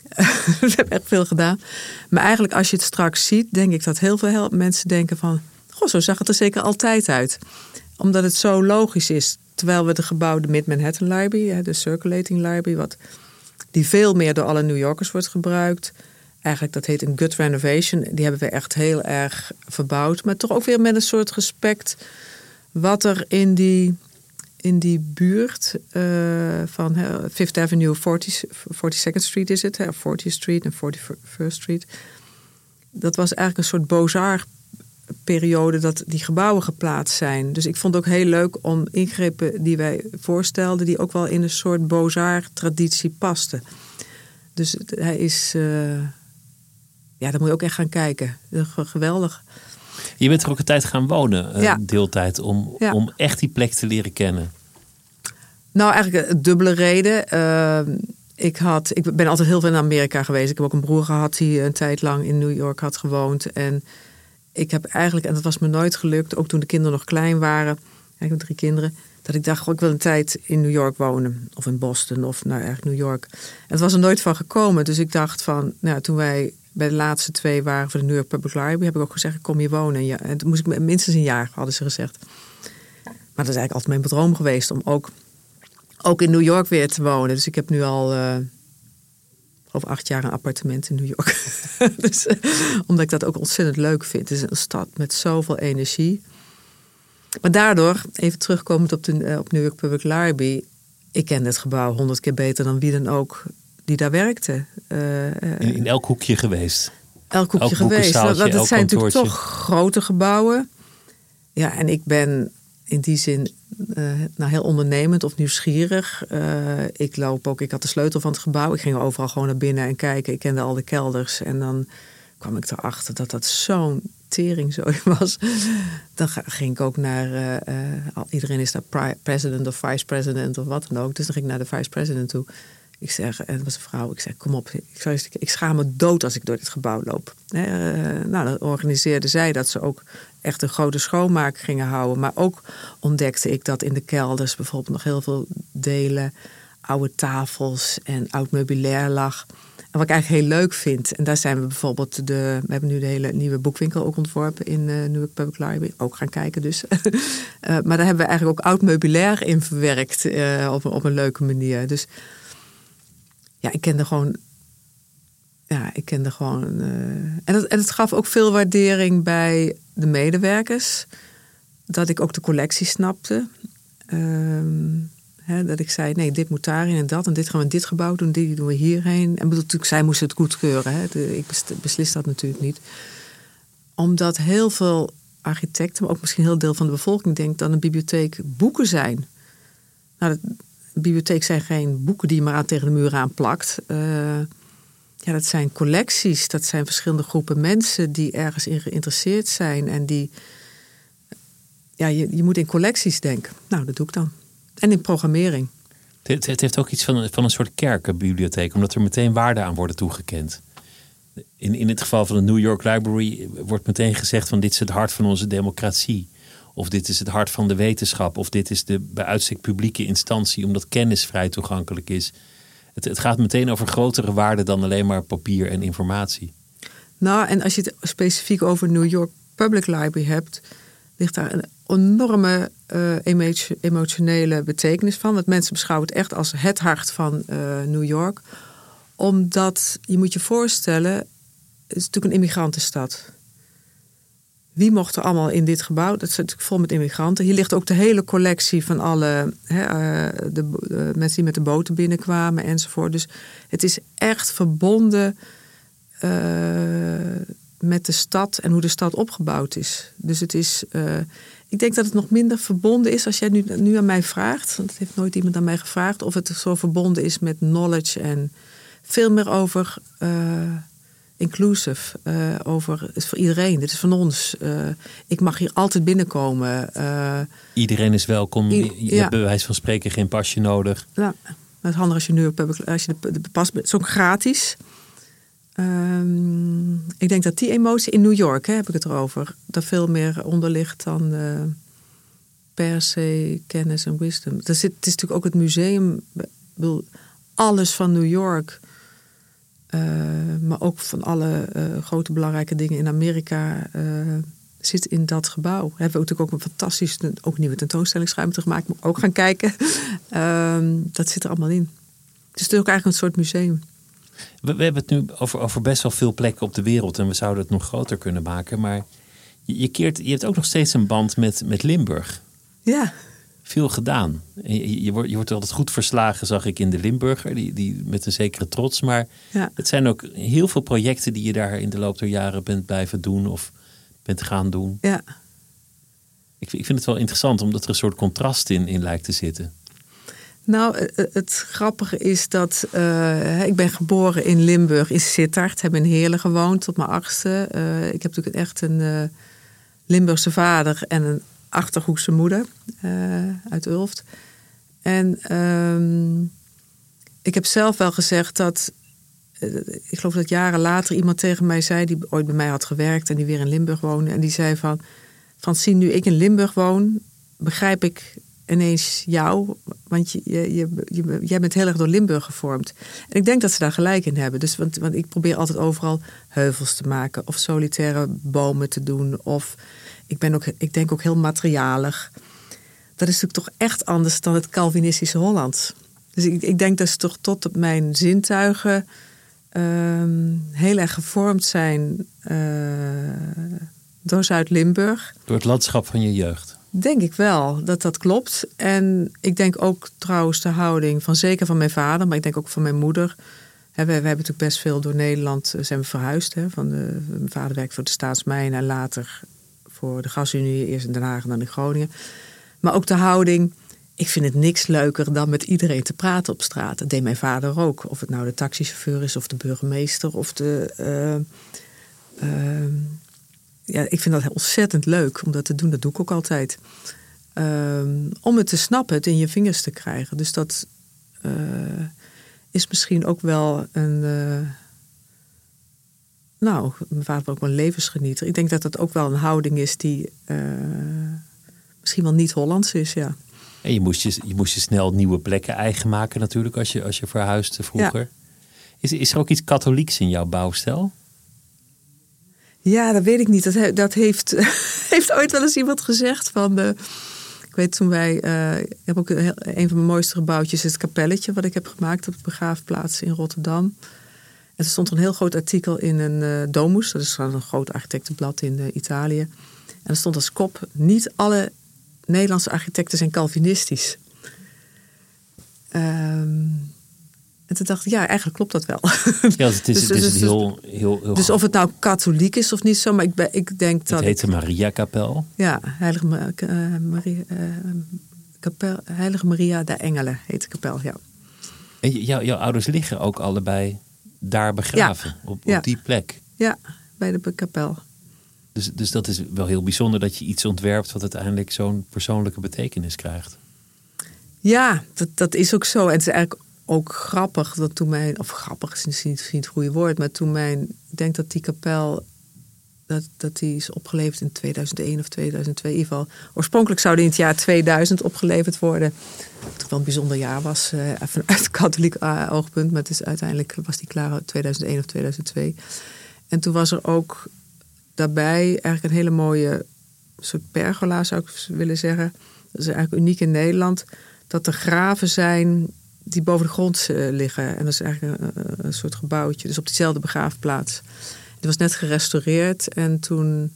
We hebben echt veel gedaan. Maar eigenlijk als je het straks ziet, denk ik dat heel veel mensen denken van, zo zag het er zeker altijd uit. Omdat het zo logisch is. Terwijl we de gebouw, de Mid-Manhattan Library, de Circulating Library, die veel meer door alle New Yorkers wordt gebruikt. Eigenlijk, dat heet een gut renovation. Die hebben we echt heel erg verbouwd. Maar toch ook weer met een soort respect wat er in die buurt van Fifth Avenue, 42nd Street is het. 40th Street en 41st Street. Dat was eigenlijk een soort Beaux-Arts periode dat die gebouwen geplaatst zijn. Dus ik vond het ook heel leuk om ingrepen die wij voorstelden, die ook wel in een soort Beaux-Arts traditie pasten. Dus hij is, daar moet je ook echt gaan kijken. Geweldig. Je bent er ook een tijd gaan wonen, deeltijd, om echt die plek te leren kennen. Nou, eigenlijk een dubbele reden. Ik ben altijd heel veel in Amerika geweest. Ik heb ook een broer gehad die een tijd lang in New York had gewoond. En ik heb eigenlijk, en dat was me nooit gelukt, ook toen de kinderen nog klein waren, ik heb 3 kinderen, dat ik dacht, ik wil een tijd in New York wonen. Of in Boston, of eigenlijk New York. En het was er nooit van gekomen. Dus ik dacht van, toen wij bij de laatste 2 waren voor de New York Public Library, heb ik ook gezegd, ik kom hier wonen. Ja, en toen moest ik minstens een jaar, hadden ze gezegd. Maar dat is eigenlijk altijd mijn droom geweest om ook in New York weer te wonen. Dus ik heb nu al over 8 jaar een appartement in New York. Dus, omdat ik dat ook ontzettend leuk vind. Het is een stad met zoveel energie. Maar daardoor, even terugkomend op New York Public Library, ik ken het gebouw 100 keer beter dan wie dan ook die daar werkte. In elk hoekje geweest? elk hoekje geweest. Dat zijn natuurlijk toch grote gebouwen. Ja, en ik ben in die zin heel ondernemend of nieuwsgierig. Ik had de sleutel van het gebouw. Ik ging overal gewoon naar binnen en kijken. Ik kende al de kelders. En dan kwam ik erachter dat zo'n teringzooi was. Dan ging ik ook naar... iedereen is daar president of vice president of wat dan ook. Dus dan ging ik naar de vice president toe. Ik zeg, en dat was een vrouw, ik zeg, kom op, ik schaam me dood als ik door dit gebouw loop. Dan organiseerde zij dat ze ook echt een grote schoonmaak gingen houden. Maar ook ontdekte ik dat in de kelders bijvoorbeeld nog heel veel delen, oude tafels en oud meubilair lag. En wat ik eigenlijk heel leuk vind, en daar zijn we bijvoorbeeld we hebben nu de hele nieuwe boekwinkel ook ontworpen in Newark Public Library. Ook gaan kijken dus. Maar daar hebben we eigenlijk ook oud meubilair in verwerkt op een leuke manier. Dus ja, ik kende gewoon. En het gaf ook veel waardering bij de medewerkers. Dat ik ook de collectie snapte. Dat ik zei, nee, dit moet daarin en dat. En dit gaan we in dit gebouw doen, die doen we hierheen. En natuurlijk, zij moesten het goedkeuren. Ik beslis dat natuurlijk niet. Omdat heel veel architecten, maar ook misschien een heel deel van de bevolking denkt dat een bibliotheek boeken zijn. Nou, een bibliotheek zijn geen boeken die je maar tegen de muur aan plakt. Dat zijn collecties. Dat zijn verschillende groepen mensen die ergens in geïnteresseerd zijn. En die... Ja, je moet in collecties denken. Nou, dat doe ik dan. En in programmering. Het heeft ook iets van een soort kerkenbibliotheek. Omdat er meteen waarde aan worden toegekend. In het geval van de New York Library wordt meteen gezegd van dit is het hart van onze democratie. Of dit is het hart van de wetenschap. Of dit is de bij uitstek publieke instantie. Omdat kennis vrij toegankelijk is. Het gaat meteen over grotere waarden dan alleen maar papier en informatie. Nou, en als je het specifiek over New York Public Library hebt, ligt daar een enorme emotionele betekenis van. Want mensen beschouwen het echt als het hart van New York. Omdat, je moet je voorstellen, het is natuurlijk een immigrantenstad. Wie mocht er allemaal in dit gebouw? Dat is natuurlijk vol met immigranten. Hier ligt ook de hele collectie van alle de mensen die met de boten binnenkwamen enzovoort. Dus het is echt verbonden met de stad en hoe de stad opgebouwd is. Dus het is... ik denk dat het nog minder verbonden is als jij nu aan mij vraagt. Want het heeft nooit iemand aan mij gevraagd. Of het zo verbonden is met knowledge en veel meer over... inclusive, het is voor iedereen. Dit is van ons. Ik mag hier altijd binnenkomen. Iedereen is welkom. Je hebt bij wijze van spreken geen pasje nodig. Ja, het is handig als je nu de pas bent. Het is ook gratis. Ik denk dat die emotie in New York, heb ik het erover, daar veel meer onder ligt dan per se kennis en wisdom. Het is natuurlijk ook het museum. Ik bedoel, alles van New York... maar ook van alle grote belangrijke dingen in Amerika zit in dat gebouw. We hebben natuurlijk ook een fantastische, ook nieuwe tentoonstellingsruimte gemaakt. Moet ook gaan kijken. Dat zit er allemaal in. Het is natuurlijk eigenlijk een soort museum. We hebben het nu over best wel veel plekken op de wereld. En we zouden het nog groter kunnen maken. Maar je hebt ook nog steeds een band met Limburg. Ja. Veel gedaan. Je wordt altijd goed verslagen, zag ik in de Limburger. Die met een zekere trots. Maar het zijn ook heel veel projecten die je daar in de loop der jaren bent blijven doen. Of bent gaan doen. Ja. Ik vind het wel interessant, omdat er een soort contrast in lijkt te zitten. Nou, het grappige is dat... ik ben geboren in Limburg, in Sittard. Heb in Heerlen gewoond tot mijn 8e. Ik heb natuurlijk echt een Limburgse vader en een Achterhoekse moeder uit Ulft. En ik heb zelf wel gezegd dat... ik geloof dat jaren later iemand tegen mij zei... die ooit bij mij had gewerkt en die weer in Limburg woonde. En die zei van... Francine, nu ik in Limburg woon... begrijp ik ineens jou. Want jij bent heel erg door Limburg gevormd. En ik denk dat ze daar gelijk in hebben. Dus, want ik probeer altijd overal heuvels te maken... of solitaire bomen te doen... of ik denk ook heel materialig. Dat is natuurlijk toch echt anders dan het Calvinistische Holland. Dus ik denk dat ze toch tot op mijn zintuigen heel erg gevormd zijn door Zuid-Limburg. Door het landschap van je jeugd. Denk ik wel, dat klopt. En ik denk ook trouwens de houding van zeker van mijn vader, maar ik denk ook van mijn moeder. We hebben natuurlijk best veel door Nederland zijn we verhuisd. Mijn vader werkte voor de Staatsmijnen en later voor de Gasunie. Eerst in Den Haag en dan in Groningen. Maar ook de houding. Ik vind het niks leuker dan met iedereen te praten op straat. Dat deed mijn vader ook. Of het nou de taxichauffeur is of de burgemeester of de... ik vind dat ontzettend leuk om dat te doen. Dat doe ik ook altijd. Om het te snappen, het in je vingers te krijgen. Dus dat is misschien ook wel een... mijn vader was ook wel een levensgenieter. Ik denk dat dat ook wel een houding is die misschien wel niet Hollands is, ja. En je moest je snel nieuwe plekken eigen maken natuurlijk als je verhuisde vroeger. Ja. Is er ook iets katholieks in jouw bouwstijl? Ja, dat weet ik niet. Dat heeft ooit wel eens iemand gezegd van... ik weet toen wij... ik heb ook een van mijn mooiste gebouwtjes... is het kapelletje wat ik heb gemaakt op de begraafplaats in Rotterdam. En er stond er een heel groot artikel in een Domus. Dat is een groot architectenblad in Italië. En er stond als kop... niet alle Nederlandse architecten zijn Calvinistisch. En toen dacht ik, ja, eigenlijk klopt dat wel. Ja, het is heel dus of het nou katholiek is of niet zo, maar ik denk dat... Het heet de Mariakapel. Ja, Heilige Maria der Engelen heet de kapel, ja. En jouw ouders liggen ook allebei daar begraven, op die plek? Ja, bij de kapel. Dus dat is wel heel bijzonder dat je iets ontwerpt wat uiteindelijk zo'n persoonlijke betekenis krijgt. Ja, dat is ook zo. En het is eigenlijk ook grappig dat toen grappig is misschien niet het goede woord, maar toen ik denk dat die kapel, dat die is opgeleverd in 2001 of 2002 in ieder geval. Oorspronkelijk zou die in het jaar 2000 opgeleverd worden. Wat wel een bijzonder jaar was vanuit katholiek oogpunt, maar uiteindelijk was die klaar 2001 of 2002. En toen was er ook daarbij eigenlijk een hele mooie soort pergola, zou ik willen zeggen. Dat is eigenlijk uniek in Nederland, dat er graven zijn die boven de grond liggen. En dat is eigenlijk een soort gebouwtje. Dus op diezelfde begraafplaats. Die was net gerestaureerd. En toen...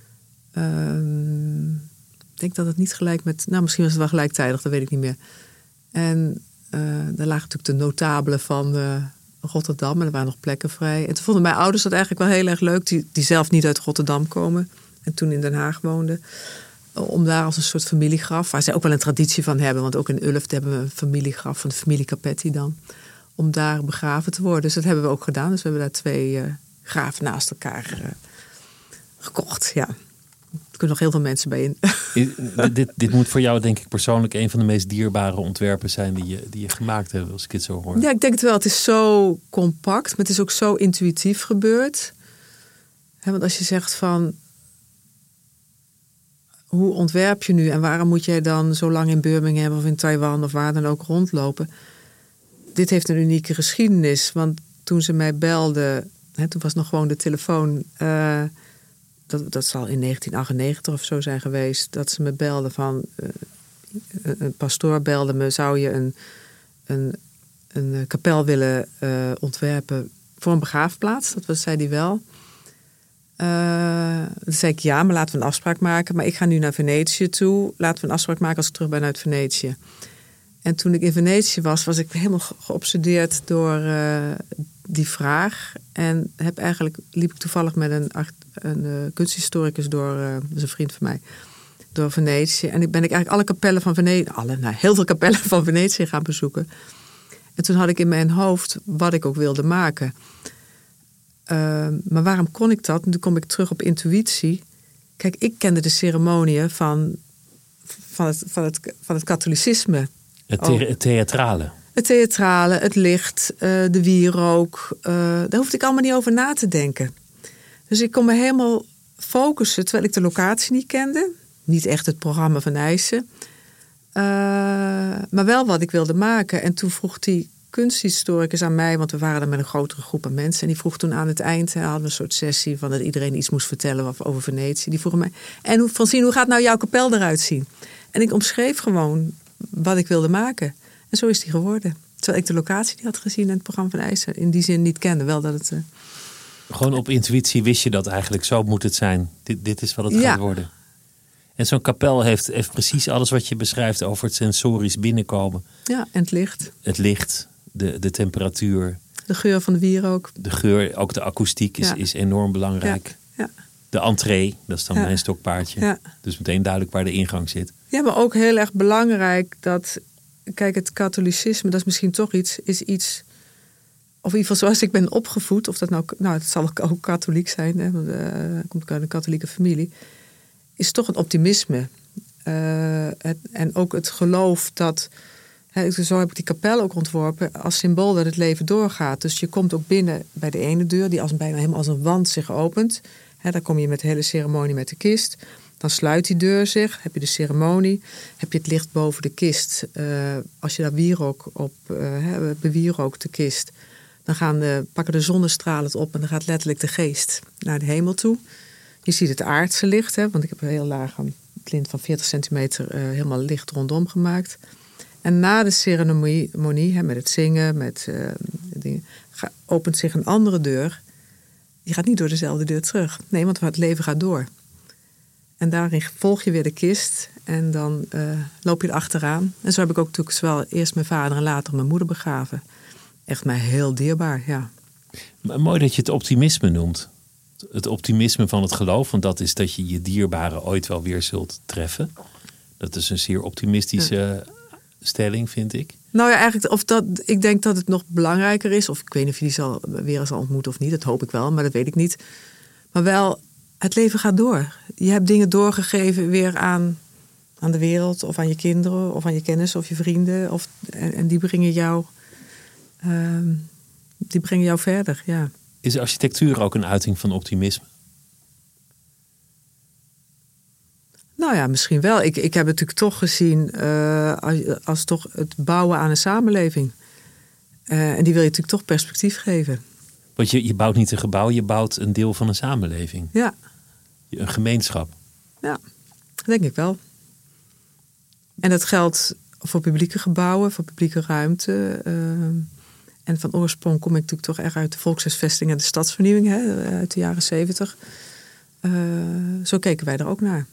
ik denk dat het niet gelijk met... misschien was het wel gelijktijdig, dat weet ik niet meer. En daar lagen natuurlijk de notabelen van Rotterdam. En er waren nog plekken vrij. En toen vonden mijn ouders dat eigenlijk wel heel erg leuk. Die zelf niet uit Rotterdam komen. En toen in Den Haag woonden. Om daar als een soort familiegraf, waar zij ook wel een traditie van hebben. Want ook in Ulft hebben we een familiegraf van de familie Capetti dan. Om daar begraven te worden. Dus dat hebben we ook gedaan. Dus we hebben daar 2 graven naast elkaar gekocht. Ja. Er kunnen nog heel veel mensen bij in. Dit moet voor jou denk ik persoonlijk een van de meest dierbare ontwerpen zijn die je gemaakt hebt, als ik het zo hoor. Ja, ik denk het wel. Het is zo compact, maar het is ook zo intuïtief gebeurd. Want als je zegt van... hoe ontwerp je nu en waarom moet jij dan zo lang in Birmingham of in Taiwan of waar dan ook rondlopen? Dit heeft een unieke geschiedenis, want toen ze mij belden, toen was nog gewoon de telefoon, dat zal in 1998 of zo zijn geweest, dat ze me belden van, een pastoor belde me, zou je een kapel willen ontwerpen voor een begraafplaats? Dat zei hij wel. Dan zei ik ja, maar laten we een afspraak maken. Maar ik ga nu naar Venetië toe. Laten we een afspraak maken als ik terug ben uit Venetië. En toen ik in Venetië was ik helemaal geobsedeerd door die vraag. En liep ik toevallig met een kunsthistoricus door, dat is een vriend van mij, door Venetië. En ben ik eigenlijk alle kapellen van Venetië, heel veel kapellen van Venetië gaan bezoeken. En toen had ik in mijn hoofd wat ik ook wilde maken. Maar waarom kon ik dat? En toen kom ik terug op intuïtie. Kijk, ik kende de ceremonieën van het katholicisme. Het theatrale. Het theatrale, het licht, de wierook. Daar hoefde ik allemaal niet over na te denken. Dus ik kon me helemaal focussen, terwijl ik de locatie niet kende. Niet echt het programma van Eijssen. Maar wel wat ik wilde maken. En toen vroeg die kunsthistoricus aan mij, want we waren er met een grotere groep aan mensen. En die vroeg toen aan het eind, hadden we een soort sessie van dat iedereen iets moest vertellen over Venetië. Die vroeg mij, en Francine, hoe gaat nou jouw kapel eruit zien? En ik omschreef gewoon wat ik wilde maken. En zo is die geworden. Terwijl ik de locatie niet had gezien en het programma van Eijssen in die zin niet kende. Wel dat het... Gewoon op intuïtie wist je dat eigenlijk, zo moet het zijn. Dit is wat het gaat worden. En zo'n kapel heeft precies alles wat je beschrijft over het sensorisch binnenkomen. Ja, en het licht. Het licht, de temperatuur. De geur van de wierook. De geur, ook de akoestiek is enorm belangrijk. Ja. De entree, dat is dan mijn stokpaardje. Ja. Dus meteen duidelijk waar de ingang zit. Ja, maar ook heel erg belangrijk dat... Kijk, het katholicisme, dat is misschien toch iets... Of in ieder geval zoals ik ben opgevoed... Of dat nou het zal ook katholiek zijn... Hè, want komt uit een katholieke familie... Is toch een optimisme. En ook het geloof dat... Zo heb ik die kapel ook ontworpen... als symbool dat het leven doorgaat. Dus je komt ook binnen bij de ene deur... die bijna helemaal als een wand zich opent... Daar kom je met de hele ceremonie met de kist. Dan sluit die deur zich. Heb je de ceremonie. Heb je het licht boven de kist. Als je daar wierook op bewierookt de kist. Dan pakken de zonnestralen het op. En dan gaat letterlijk de geest naar de hemel toe. Je ziet het aardse licht. Want ik heb een heel laag plint van 40 centimeter helemaal licht rondom gemaakt. En na de ceremonie met het zingen. Met dingen, opent zich een andere deur... Je gaat niet door dezelfde deur terug. Nee, want het leven gaat door. En daarin volg je weer de kist. En dan loop je erachteraan. En zo heb ik ook natuurlijk zowel eerst mijn vader en later mijn moeder begraven. Echt mij heel dierbaar, ja. Maar mooi dat je het optimisme noemt. Het optimisme van het geloof. Want dat is dat je je dierbaren ooit wel weer zult treffen. Dat is een zeer optimistische stelling, vind ik. Nou ja, eigenlijk, ik denk dat het nog belangrijker is. Of ik weet niet of je die weer zal ontmoeten of niet. Dat hoop ik wel, maar dat weet ik niet. Maar wel, het leven gaat door. Je hebt dingen doorgegeven weer aan de wereld. Of aan je kinderen, of aan je kennissen, of je vrienden. En die brengen jou verder, ja. Is architectuur ook een uiting van optimisme? Nou ja, misschien wel. Ik heb het natuurlijk toch gezien als toch het bouwen aan een samenleving. En die wil je natuurlijk toch perspectief geven. Want je bouwt niet een gebouw, je bouwt een deel van een samenleving. Ja. Een gemeenschap. Ja, dat denk ik wel. En dat geldt voor publieke gebouwen, voor publieke ruimte. En van oorsprong kom ik natuurlijk toch echt uit de volkshuisvesting en de stadsvernieuwing, uit de jaren 70. Zo keken wij er ook naar.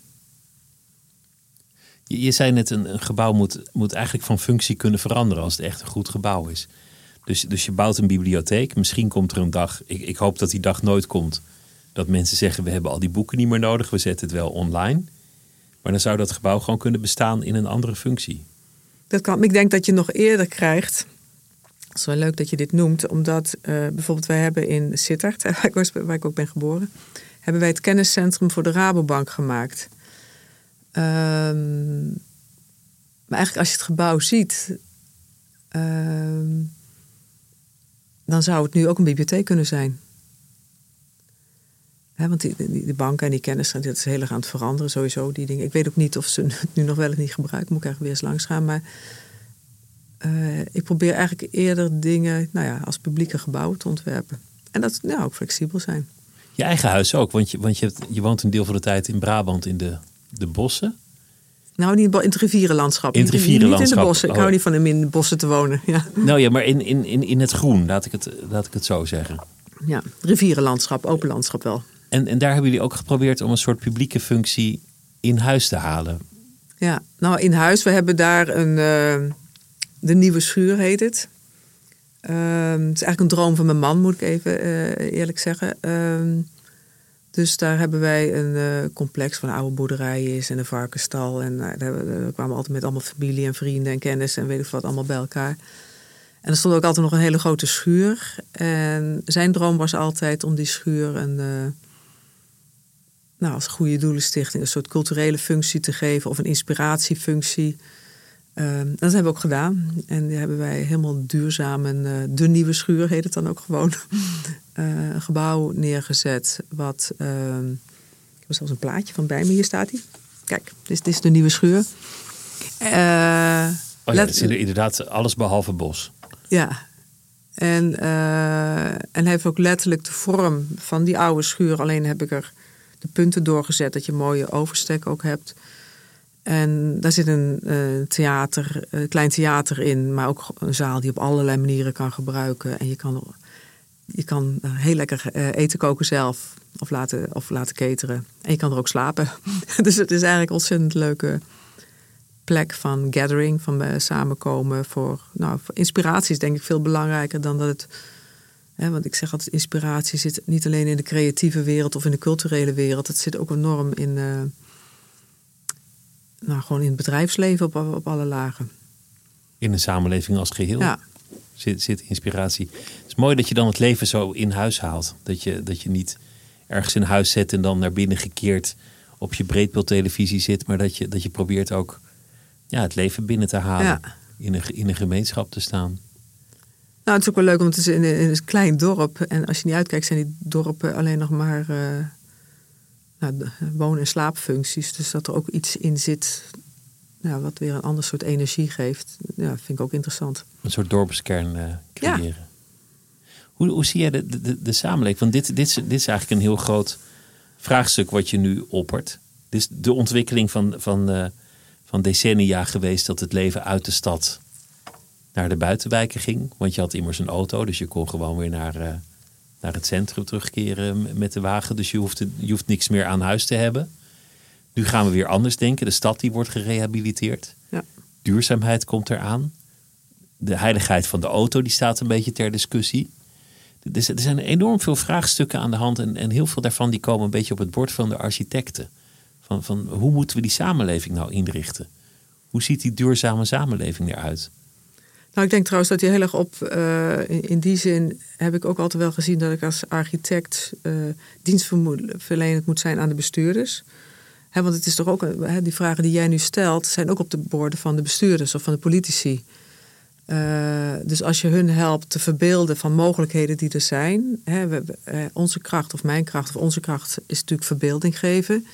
Je zei net, een gebouw moet eigenlijk van functie kunnen veranderen als het echt een goed gebouw is. Dus je bouwt een bibliotheek. Misschien komt er een dag, ik hoop dat die dag nooit komt, dat mensen zeggen we hebben al die boeken niet meer nodig, we zetten het wel online. Maar dan zou dat gebouw gewoon kunnen bestaan in een andere functie. Dat kan. Ik denk dat je nog eerder krijgt. Het is wel leuk dat je dit noemt, omdat bijvoorbeeld wij hebben in Sittard, waar ik ook ben geboren, hebben wij het kenniscentrum voor de Rabobank gemaakt. Maar eigenlijk als je het gebouw ziet, dan zou het nu ook een bibliotheek kunnen zijn. Want die banken en die kennis, dat is heel erg aan het veranderen sowieso, die dingen. Ik weet ook niet of ze het nu nog wel of niet gebruiken, moet ik eigenlijk weer eens langs gaan. Maar ik probeer eigenlijk eerder dingen als publieke gebouwen te ontwerpen. En dat ook flexibel zijn. Je eigen huis ook, want je woont een deel van de tijd in Brabant in de bossen. Nou, niet in het rivierenlandschap. In het rivierenlandschap. Niet in de bossen. Ik hou niet van om in de bossen te wonen. Ja. Nou ja, maar in het groen, laat ik het zo zeggen. Ja, rivierenlandschap, open landschap wel. En daar hebben jullie ook geprobeerd om een soort publieke functie in huis te halen. Ja, nou in huis. We hebben daar de Nieuwe Schuur heet het. Het is eigenlijk een droom van mijn man, moet ik even eerlijk zeggen. Dus daar hebben wij een complex van oude boerderijen is en een varkenstal. En daar kwamen we altijd met allemaal familie en vrienden en kennis en weet ik wat allemaal bij elkaar. En er stond ook altijd nog een hele grote schuur. En zijn droom was altijd om die schuur als goede doelenstichting een soort culturele functie te geven of een inspiratiefunctie. Dat hebben we ook gedaan. En die hebben wij helemaal duurzaam de Nieuwe Schuur heet het dan ook gewoon. Een gebouw neergezet. Ik heb zelfs een plaatje van bij me. Hier staat hij. Kijk, dit is de Nieuwe Schuur. Het is inderdaad alles behalve bos. Ja. En hij heeft ook letterlijk de vorm van die oude schuur. Alleen heb ik er de punten doorgezet. Dat je een mooie overstek ook hebt. En daar zit een klein theater in. Maar ook een zaal die op allerlei manieren kan gebruiken. En je kan heel lekker eten koken zelf. Of laten cateren. En je kan er ook slapen. Dus het is eigenlijk een ontzettend leuke plek van gathering. Van samenkomen. Voor inspiratie is denk ik veel belangrijker dan dat het Want ik zeg altijd, inspiratie zit niet alleen in de creatieve wereld of in de culturele wereld. Het zit ook enorm in, gewoon in het bedrijfsleven op alle lagen. In een samenleving als geheel zit inspiratie. Het is mooi dat je dan het leven zo in huis haalt. Dat je niet ergens in huis zet en dan naar binnen gekeerd op je breedbeeldtelevisie zit. Maar dat je probeert ook het leven binnen te halen. Ja. In een gemeenschap te staan. Nou, het is ook wel leuk, want het is in een klein dorp. En als je niet uitkijkt, zijn die dorpen alleen nog maar woon- en slaapfuncties. Dus dat er ook iets in zit wat weer een ander soort energie geeft. Ja, vind ik ook interessant. Een soort dorpskern creëren. Ja. Hoe zie jij de samenleving? Want dit is eigenlijk een heel groot vraagstuk wat je nu oppert. Dit is de ontwikkeling van decennia geweest dat het leven uit de stad naar de buitenwijken ging. Want je had immers een auto, dus je kon gewoon weer naar het centrum terugkeren met de wagen. Dus je hoeft niks meer aan huis te hebben. Nu gaan we weer anders denken. De stad die wordt gerehabiliteerd. Ja. Duurzaamheid komt eraan. De heiligheid van de auto die staat een beetje ter discussie. Er zijn enorm veel vraagstukken aan de hand. En heel veel daarvan die komen een beetje op het bord van de architecten. Van hoe moeten we die samenleving nou inrichten? Hoe ziet die duurzame samenleving eruit? Nou, ik denk trouwens dat hij heel erg op... in die zin heb ik ook altijd wel gezien dat ik als architect dienstverlenend moet zijn aan de bestuurders. Want het is toch ook... die vragen die jij nu stelt zijn ook op de borden van de bestuurders of van de politici. Dus als je hun helpt te verbeelden van mogelijkheden die er zijn. Onze kracht of mijn kracht of onze kracht is natuurlijk verbeelding geven.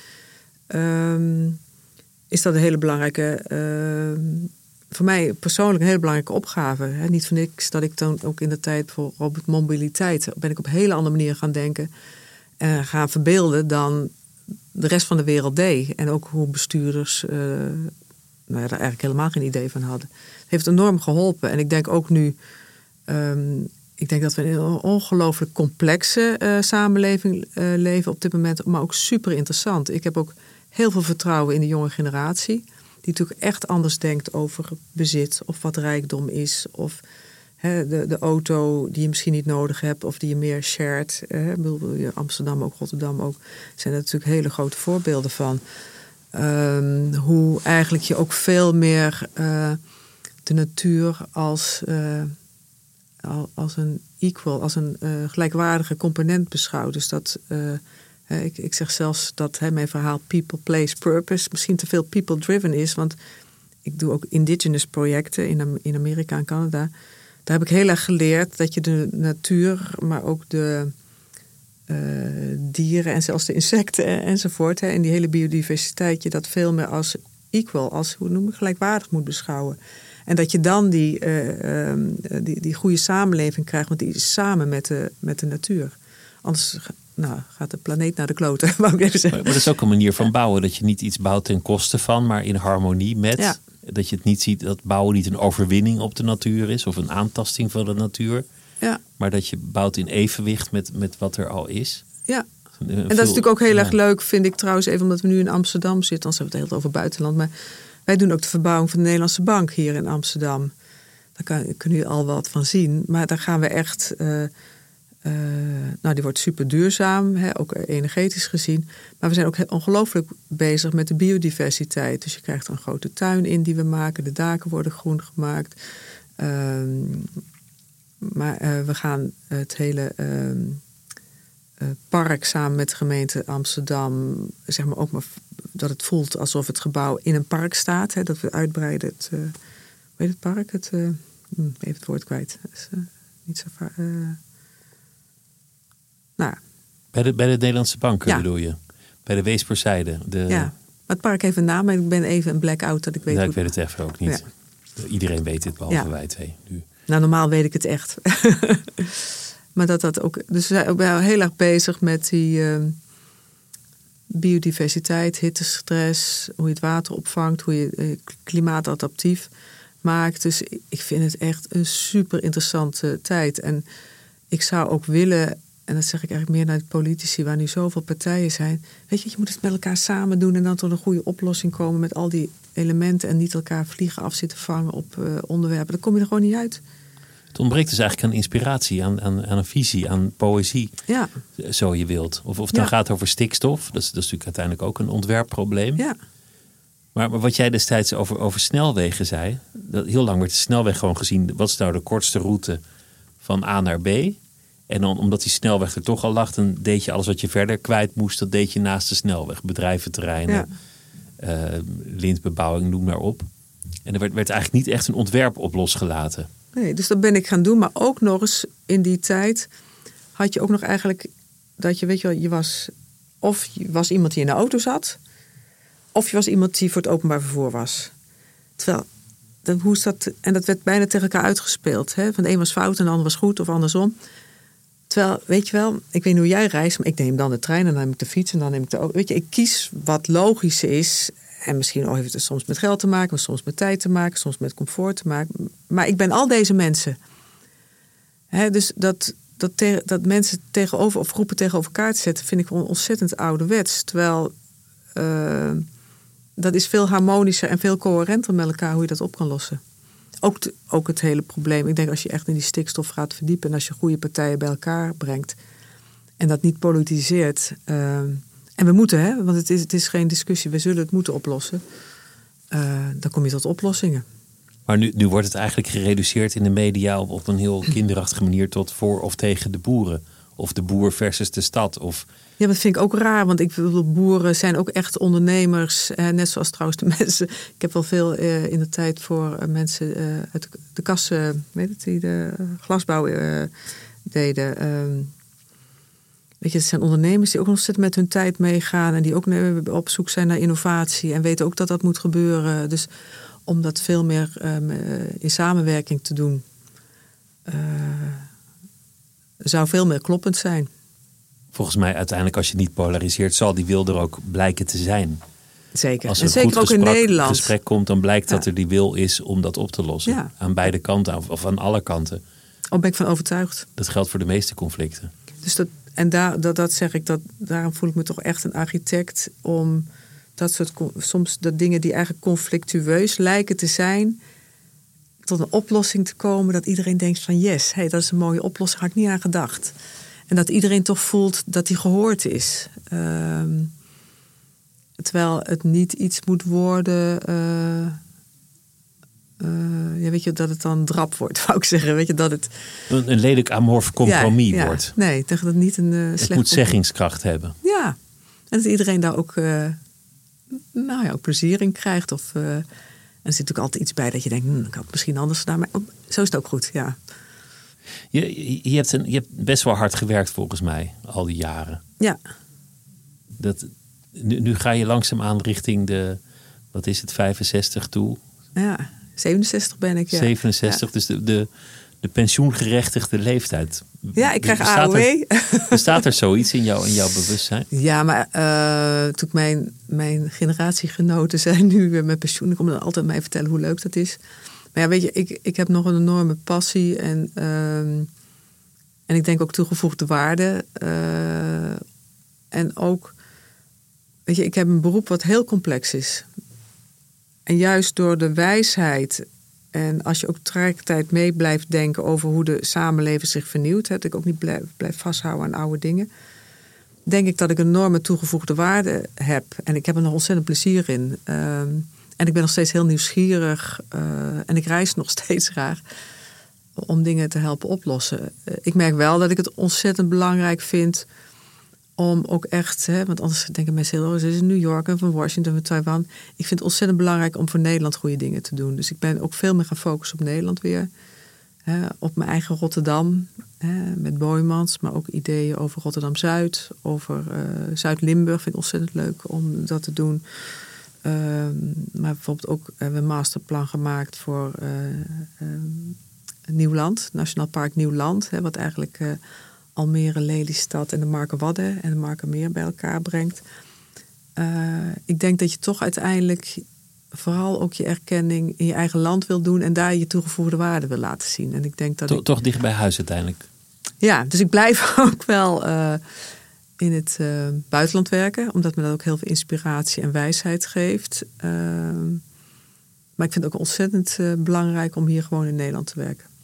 Is dat een hele belangrijke... voor mij persoonlijk een hele belangrijke opgave. Niet voor niks dat ik dan ook in de tijd voor op mobiliteit... ben ik op een hele andere manier gaan denken... en gaan verbeelden dan de rest van de wereld deed. En ook hoe bestuurders daar eigenlijk helemaal geen idee van hadden. Het heeft enorm geholpen. En ik denk ook nu... ik denk dat we in een ongelooflijk complexe samenleving leven op dit moment. Maar ook super interessant. Ik heb ook heel veel vertrouwen in de jonge generatie... die natuurlijk echt anders denkt over bezit of wat rijkdom is. Of de auto die je misschien niet nodig hebt of die je meer shared. Amsterdam ook, Rotterdam ook. Zijn er natuurlijk hele grote voorbeelden van. Hoe eigenlijk je ook veel meer de natuur als een equal, als een gelijkwaardige component beschouwt. Dus dat... Ik zeg zelfs dat mijn verhaal People, Place, Purpose... misschien te veel people-driven is. Want ik doe ook indigenous projecten in Amerika en Canada. Daar heb ik heel erg geleerd dat je de natuur... maar ook de dieren en zelfs de insecten enzovoort... en die hele biodiversiteit... je dat veel meer als equal, als gelijkwaardig moet beschouwen. En dat je dan die goede samenleving krijgt... want die is samen met de natuur. Anders... gaat de planeet naar de kloten, wou ik even zeggen. Maar dat is ook een manier van bouwen. Dat je niet iets bouwt ten koste van, maar in harmonie met. Ja. Dat je het niet ziet, dat bouwen niet een overwinning op de natuur is. Of een aantasting van de natuur. Ja. Maar dat je bouwt in evenwicht met wat er al is. Ja. En dat is natuurlijk ook heel erg leuk, vind ik trouwens. Even omdat we nu in Amsterdam zitten. Anders hebben we het heel over buitenland. Maar wij doen ook de verbouwing van de Nederlandse Bank hier in Amsterdam. Daar kun je al wat van zien. Maar daar gaan we echt... die wordt super duurzaam, ook energetisch gezien. Maar we zijn ook ongelooflijk bezig met de biodiversiteit. Dus je krijgt er een grote tuin in die we maken. De daken worden groen gemaakt. Maar we gaan het hele park samen met de gemeente Amsterdam... zeg maar ook maar dat het voelt alsof het gebouw in een park staat. Dat we uitbreiden het... hoe heet het park? Even het woord kwijt. Dat is niet zo vaak... Bij de Nederlandse Bank bedoel je? Bij de Weesperzijde? Ja, maar het park heeft een naam, maar ik ben even een blackout dat ik weet... ik weet het even ook niet. Ja. Iedereen weet dit, behalve wij twee nu. Nou, normaal weet ik het echt. Maar dat ook... Dus we zijn ook heel erg bezig met die biodiversiteit, hittestress... hoe je het water opvangt, hoe je klimaatadaptief maakt. Dus ik vind het echt een super interessante tijd. En ik zou ook willen... En dat zeg ik eigenlijk meer naar de politici, waar nu zoveel partijen zijn. Weet je moet het met elkaar samen doen en dan tot een goede oplossing komen met al die elementen. En niet elkaar vliegen af zitten vangen op onderwerpen. Dan kom je er gewoon niet uit. Het ontbreekt dus eigenlijk aan inspiratie, aan een visie, aan poëzie. Ja. Zo je wilt. Of het dan gaat over stikstof. Dat is natuurlijk uiteindelijk ook een ontwerpprobleem. Ja. Maar wat jij destijds over snelwegen zei. Dat heel lang werd de snelweg gewoon gezien. Wat is nou de kortste route van A naar B? En dan, omdat die snelweg er toch al lag, dan deed je alles wat je verder kwijt moest. Dat deed je naast de snelweg. Bedrijventerreinen, lintbebouwing, noem maar op. En er werd eigenlijk niet echt een ontwerp op losgelaten. Nee, dus dat ben ik gaan doen. Maar ook nog eens in die tijd had je ook nog eigenlijk dat je, weet je wel, je was iemand die in de auto zat, of je was iemand die voor het openbaar vervoer was. Terwijl, hoe is dat? En dat werd bijna tegen elkaar uitgespeeld. Hè? Van de een was fout en de ander was goed of andersom. Terwijl, weet je wel, ik weet niet hoe jij reist, maar ik neem dan de trein en dan neem ik de fiets en dan neem ik de auto. Weet je, ik kies wat logisch is. En misschien heeft het soms met geld te maken, maar soms met tijd te maken, soms met comfort te maken. Maar ik ben al deze mensen. Dus dat mensen tegenover of groepen tegenover elkaar te zetten, vind ik ontzettend ouderwets. Terwijl dat is veel harmonischer en veel coherenter met elkaar hoe je dat op kan lossen. Ook het hele probleem. Ik denk als je echt in die stikstof gaat verdiepen en als je goede partijen bij elkaar brengt en dat niet politiseert. En we moeten, want het is geen discussie. We zullen het moeten oplossen. Dan kom je tot oplossingen. Maar nu wordt het eigenlijk gereduceerd in de media op een heel kinderachtige manier tot voor of tegen de boeren. Of de boer versus de stad. Of... Ja, dat vind ik ook raar. Want ik bedoel, boeren zijn ook echt ondernemers. Net zoals trouwens de mensen. Ik heb wel veel in de tijd voor mensen uit de kassen, die de glasbouw deden. Weet je, het zijn ondernemers die ook ontzettend met hun tijd meegaan. En die ook op zoek zijn naar innovatie. En weten ook dat dat moet gebeuren. Dus om dat veel meer in samenwerking te doen, zou veel meer kloppend zijn. Volgens mij uiteindelijk als je niet polariseert, zal die wil er ook blijken te zijn. Zeker. Als er en zeker ook in Nederland. Gesprek komt, dan blijkt dat er die wil is om dat op te lossen. Ja. Aan beide kanten of aan alle kanten. Daar ben ik van overtuigd. Dat geldt voor de meeste conflicten. Dus dat zeg ik, daarom voel ik me toch echt een architect om dat soort soms de dingen die eigenlijk conflictueus lijken te zijn, tot een oplossing te komen dat iedereen denkt van yes, dat is een mooie oplossing, had ik niet aan gedacht. En dat iedereen toch voelt dat die gehoord is. Terwijl het niet iets moet worden, weet je, dat het dan drap wordt, wou ik zeggen. Weet je, dat het een lelijk amorf compromis wordt. Nee, tegen dat niet een slecht. Het moet zeggingskracht hebben. Ja, en dat iedereen daar ook, ook plezier in krijgt. Of, en er zit natuurlijk altijd iets bij dat je denkt, ik had het misschien anders gedaan. Maar zo is het ook goed, ja. Je hebt best wel hard gewerkt volgens mij, al die jaren. Ja. Nu ga je langzaamaan richting de, 65 toe? Ja, 67 ben ik, ja. 67, ja. Dus de pensioengerechtigde leeftijd. Ja, ik krijg AOW. Bestaat er zoiets in jouw bewustzijn? Ja, maar toen mijn generatiegenoten zijn nu met pensioen, ik kom dan altijd mij vertellen hoe leuk dat is. Maar ja, weet je, ik heb nog een enorme passie en ik denk ook toegevoegde waarde. En ook, weet je, ik heb een beroep wat heel complex is. En juist door de wijsheid en als je ook tegelijkertijd mee blijft denken over hoe de samenleving zich vernieuwt, dat ik ook niet blijf vasthouden aan oude dingen, denk ik dat ik een enorme toegevoegde waarde heb. En ik heb er nog ontzettend plezier in. En ik ben nog steeds heel nieuwsgierig. En ik reis nog steeds graag om dingen te helpen oplossen. Ik merk wel dat ik het ontzettend belangrijk vind om ook echt, want anders denken mensen heel, het is in New York en van Washington en Taiwan. Ik vind het ontzettend belangrijk om voor Nederland goede dingen te doen. Dus ik ben ook veel meer gaan focussen op Nederland weer. Op mijn eigen Rotterdam, met Boijmans, maar ook ideeën over Rotterdam-Zuid, over Zuid-Limburg vind ik ontzettend leuk om dat te doen. Maar bijvoorbeeld ook hebben we een masterplan gemaakt voor Nieuwland, Nationaal Park Nieuwland, wat eigenlijk Almere, Lelystad en de Markerwadden en de Markermeer bij elkaar brengt. Ik denk dat je toch uiteindelijk vooral ook je erkenning in je eigen land wil doen en daar je toegevoegde waarde wil laten zien. En ik denk dat toch dicht bij huis uiteindelijk. Ja, dus ik blijf ook wel in het buitenland werken, omdat me dat ook heel veel inspiratie en wijsheid geeft. Maar ik vind het ook ontzettend belangrijk om hier gewoon in Nederland te werken.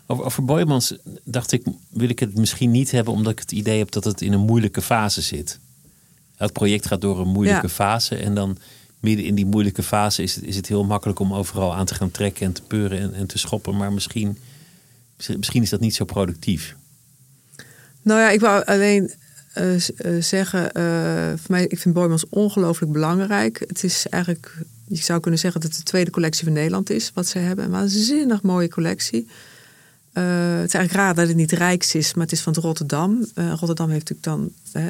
Over Boijmans dacht ik, wil ik het misschien niet hebben, omdat ik het idee heb dat het in een moeilijke fase zit. Het project gaat door een moeilijke fase en dan midden in die moeilijke fase is het heel makkelijk om overal aan te gaan trekken en te peuren en te schoppen. Maar misschien is dat niet zo productief. Nou ja, ik wou alleen zeggen, voor mij, ik vind Boijmans ongelooflijk belangrijk. Het is eigenlijk, je zou kunnen zeggen dat het de tweede collectie van Nederland is, wat ze hebben. Een waanzinnig mooie collectie. Het is eigenlijk raar dat het niet Rijks is, maar het is van Rotterdam. Rotterdam heeft natuurlijk dan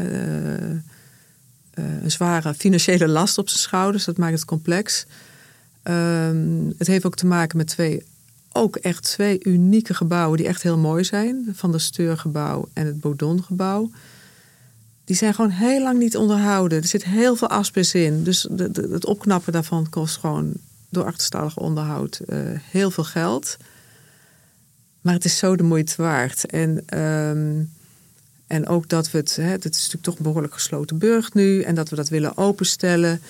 een zware financiële last op zijn schouders. Dat maakt het complex. Het heeft ook te maken met twee unieke gebouwen die echt heel mooi zijn. Van der Steurgebouw en het Baudongebouw. Die zijn gewoon heel lang niet onderhouden. Er zit heel veel asbest in. Dus het opknappen daarvan kost gewoon door achterstallig onderhoud heel veel geld. Maar het is zo de moeite waard. En ook dat we het is natuurlijk toch een behoorlijk gesloten burcht nu. En dat we dat willen openstellen.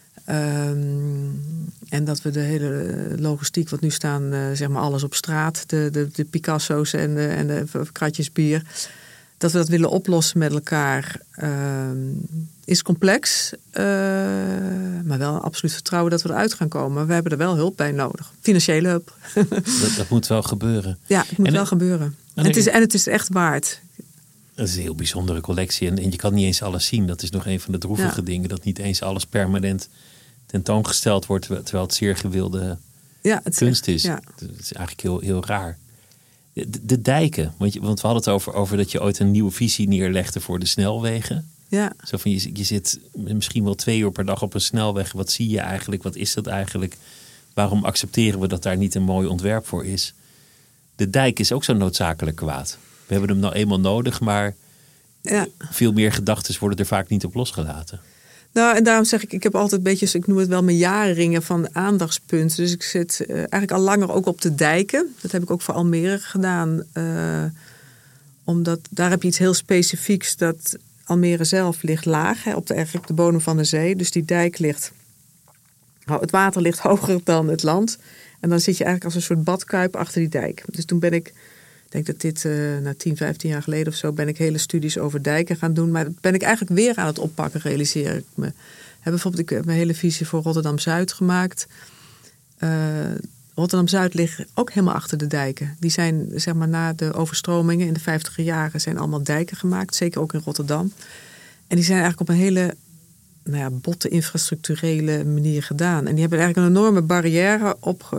En dat we de hele logistiek, wat nu staan, zeg maar alles op straat. De Picasso's en de kratjes bier. Dat we dat willen oplossen met elkaar is complex. Maar wel absoluut vertrouwen dat we eruit gaan komen. We hebben er wel hulp bij nodig. Financiële hulp. Dat moet wel gebeuren. Ja, het moet wel gebeuren. En het is echt waard. Dat is een heel bijzondere collectie. En je kan niet eens alles zien. Dat is nog een van de droevige dingen. Dat niet eens alles permanent tentoongesteld wordt. Terwijl het zeer gewilde kunst is. Ja. Dat is eigenlijk heel, heel raar. De dijken. Want we hadden het over dat je ooit een nieuwe visie neerlegde voor de snelwegen. Ja. Zo van, je zit misschien wel 2 uur per dag op een snelweg. Wat zie je eigenlijk? Wat is dat eigenlijk? Waarom accepteren we dat daar niet een mooi ontwerp voor is? De dijk is ook zo noodzakelijk kwaad. We hebben hem nou eenmaal nodig, maar veel meer gedachten worden er vaak niet op losgelaten. Nou, en daarom zeg ik heb altijd een beetje, ik noem het wel mijn jaarringen van aandachtspunten. Dus ik zit eigenlijk al langer ook op de dijken. Dat heb ik ook voor Almere gedaan. Omdat daar heb je iets heel specifieks. Dat Almere zelf ligt laag, eigenlijk op de bodem van de zee. Dus die dijk het water ligt hoger dan het land. En dan zit je eigenlijk als een soort badkuip achter die dijk. Dus toen ben ik denk dat dit 10, 15 jaar geleden of zo ben ik hele studies over dijken gaan doen. Maar dat ben ik eigenlijk weer aan het oppakken, realiseer ik me. Ik heb mijn hele visie voor Rotterdam-Zuid gemaakt. Rotterdam-Zuid ligt ook helemaal achter de dijken. Die zijn, zeg maar, na de overstromingen in de 50er jaren zijn allemaal dijken gemaakt. Zeker ook in Rotterdam. En die zijn eigenlijk op een hele botte infrastructurele manier gedaan. En die hebben eigenlijk een enorme barrière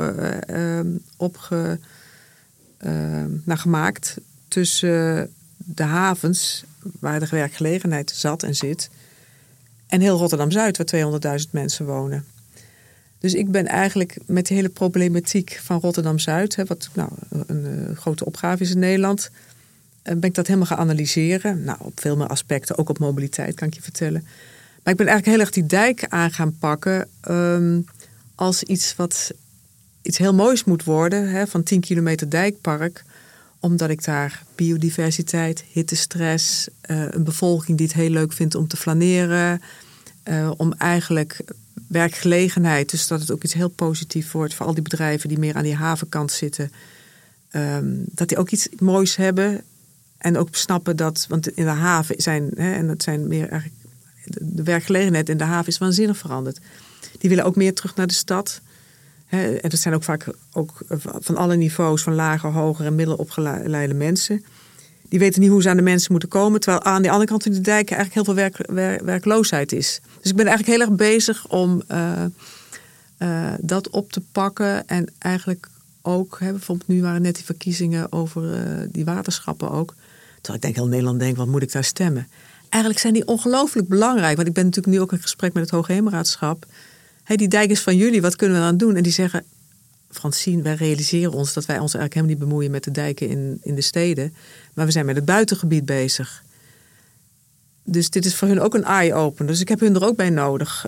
gemaakt tussen de havens, waar de werkgelegenheid zat en zit, en heel Rotterdam-Zuid, waar 200.000 mensen wonen. Dus ik ben eigenlijk met de hele problematiek van Rotterdam-Zuid, wat een grote opgave is in Nederland, ben ik dat helemaal gaan analyseren. Nou, op veel meer aspecten, ook op mobiliteit, kan ik je vertellen. Maar ik ben eigenlijk heel erg die dijk aan gaan pakken als iets heel moois moet worden, van 10 kilometer dijkpark. Omdat ik daar biodiversiteit, hittestress, een bevolking die het heel leuk vindt om te flaneren. Om eigenlijk werkgelegenheid, dus dat het ook iets heel positiefs wordt voor al die bedrijven die meer aan die havenkant zitten. Dat die ook iets moois hebben. En ook snappen dat, want in de haven zijn, en dat zijn meer eigenlijk, de werkgelegenheid in de haven is waanzinnig veranderd. Die willen ook meer terug naar de stad. En dat zijn ook vaak van alle niveaus, van lager, hoger en middelopgeleide mensen. Die weten niet hoe ze aan de mensen moeten komen. Terwijl aan de andere kant van de dijken eigenlijk heel veel werkloosheid is. Dus ik ben eigenlijk heel erg bezig om dat op te pakken. En eigenlijk ook, bijvoorbeeld nu waren net die verkiezingen over die waterschappen ook. Terwijl ik denk, heel Nederland denkt, wat moet ik daar stemmen? Eigenlijk zijn die ongelooflijk belangrijk. Want ik ben natuurlijk nu ook in gesprek met het Hoogheemraadschap. Die dijk is van jullie, wat kunnen we dan doen? En die zeggen, Francine, wij realiseren ons dat wij ons eigenlijk helemaal niet bemoeien met de dijken in de steden. Maar we zijn met het buitengebied bezig. Dus dit is voor hun ook een eye-opener. Dus ik heb hun er ook bij nodig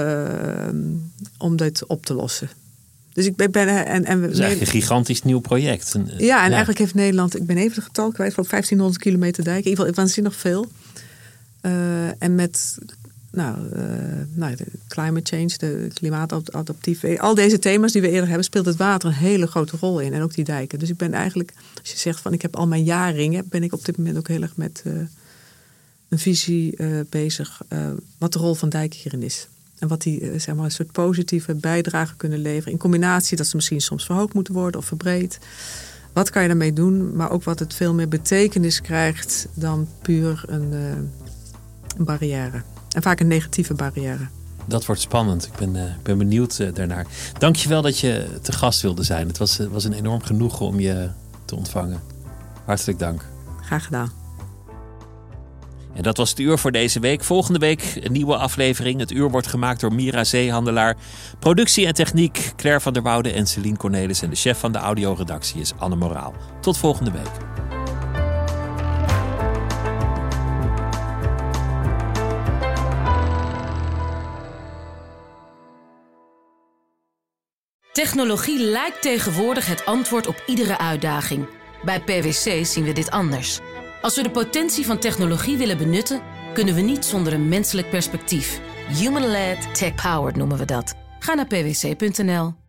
om dit op te lossen. Dus ik ben... Het is eigenlijk een gigantisch nieuw project. Eigenlijk heeft Nederland, ik ben even de getal kwijt, van 1500 kilometer dijken. In ieder geval waanzinnig veel. En met de climate change, de klimaatadaptief. Al deze thema's die we eerder hebben, speelt het water een hele grote rol in. En ook die dijken. Dus ik ben eigenlijk, als je zegt van ik heb al mijn jaarringen, ben ik op dit moment ook heel erg met een visie bezig. Wat de rol van dijken hierin is. En wat die een soort positieve bijdrage kunnen leveren. In combinatie dat ze misschien soms verhoogd moeten worden of verbreed. Wat kan je daarmee doen? Maar ook wat het veel meer betekenis krijgt dan puur een barrière. En vaak een negatieve barrière. Dat wordt spannend. Ik ben benieuwd daarnaar. Dank je wel dat je te gast wilde zijn. Het was een enorm genoegen om je te ontvangen. Hartelijk dank. Graag gedaan. En dat was het uur voor deze week. Volgende week een nieuwe aflevering. Het uur wordt gemaakt door Mira Zeehandelaar. Productie en techniek Claire van der Woude en Celine Cornelis. En de chef van de audioredactie is Anne Moraal. Tot volgende week. Technologie lijkt tegenwoordig het antwoord op iedere uitdaging. Bij PwC zien we dit anders. Als we de potentie van technologie willen benutten, kunnen we niet zonder een menselijk perspectief. Human-led, tech-powered noemen we dat. Ga naar pwc.nl.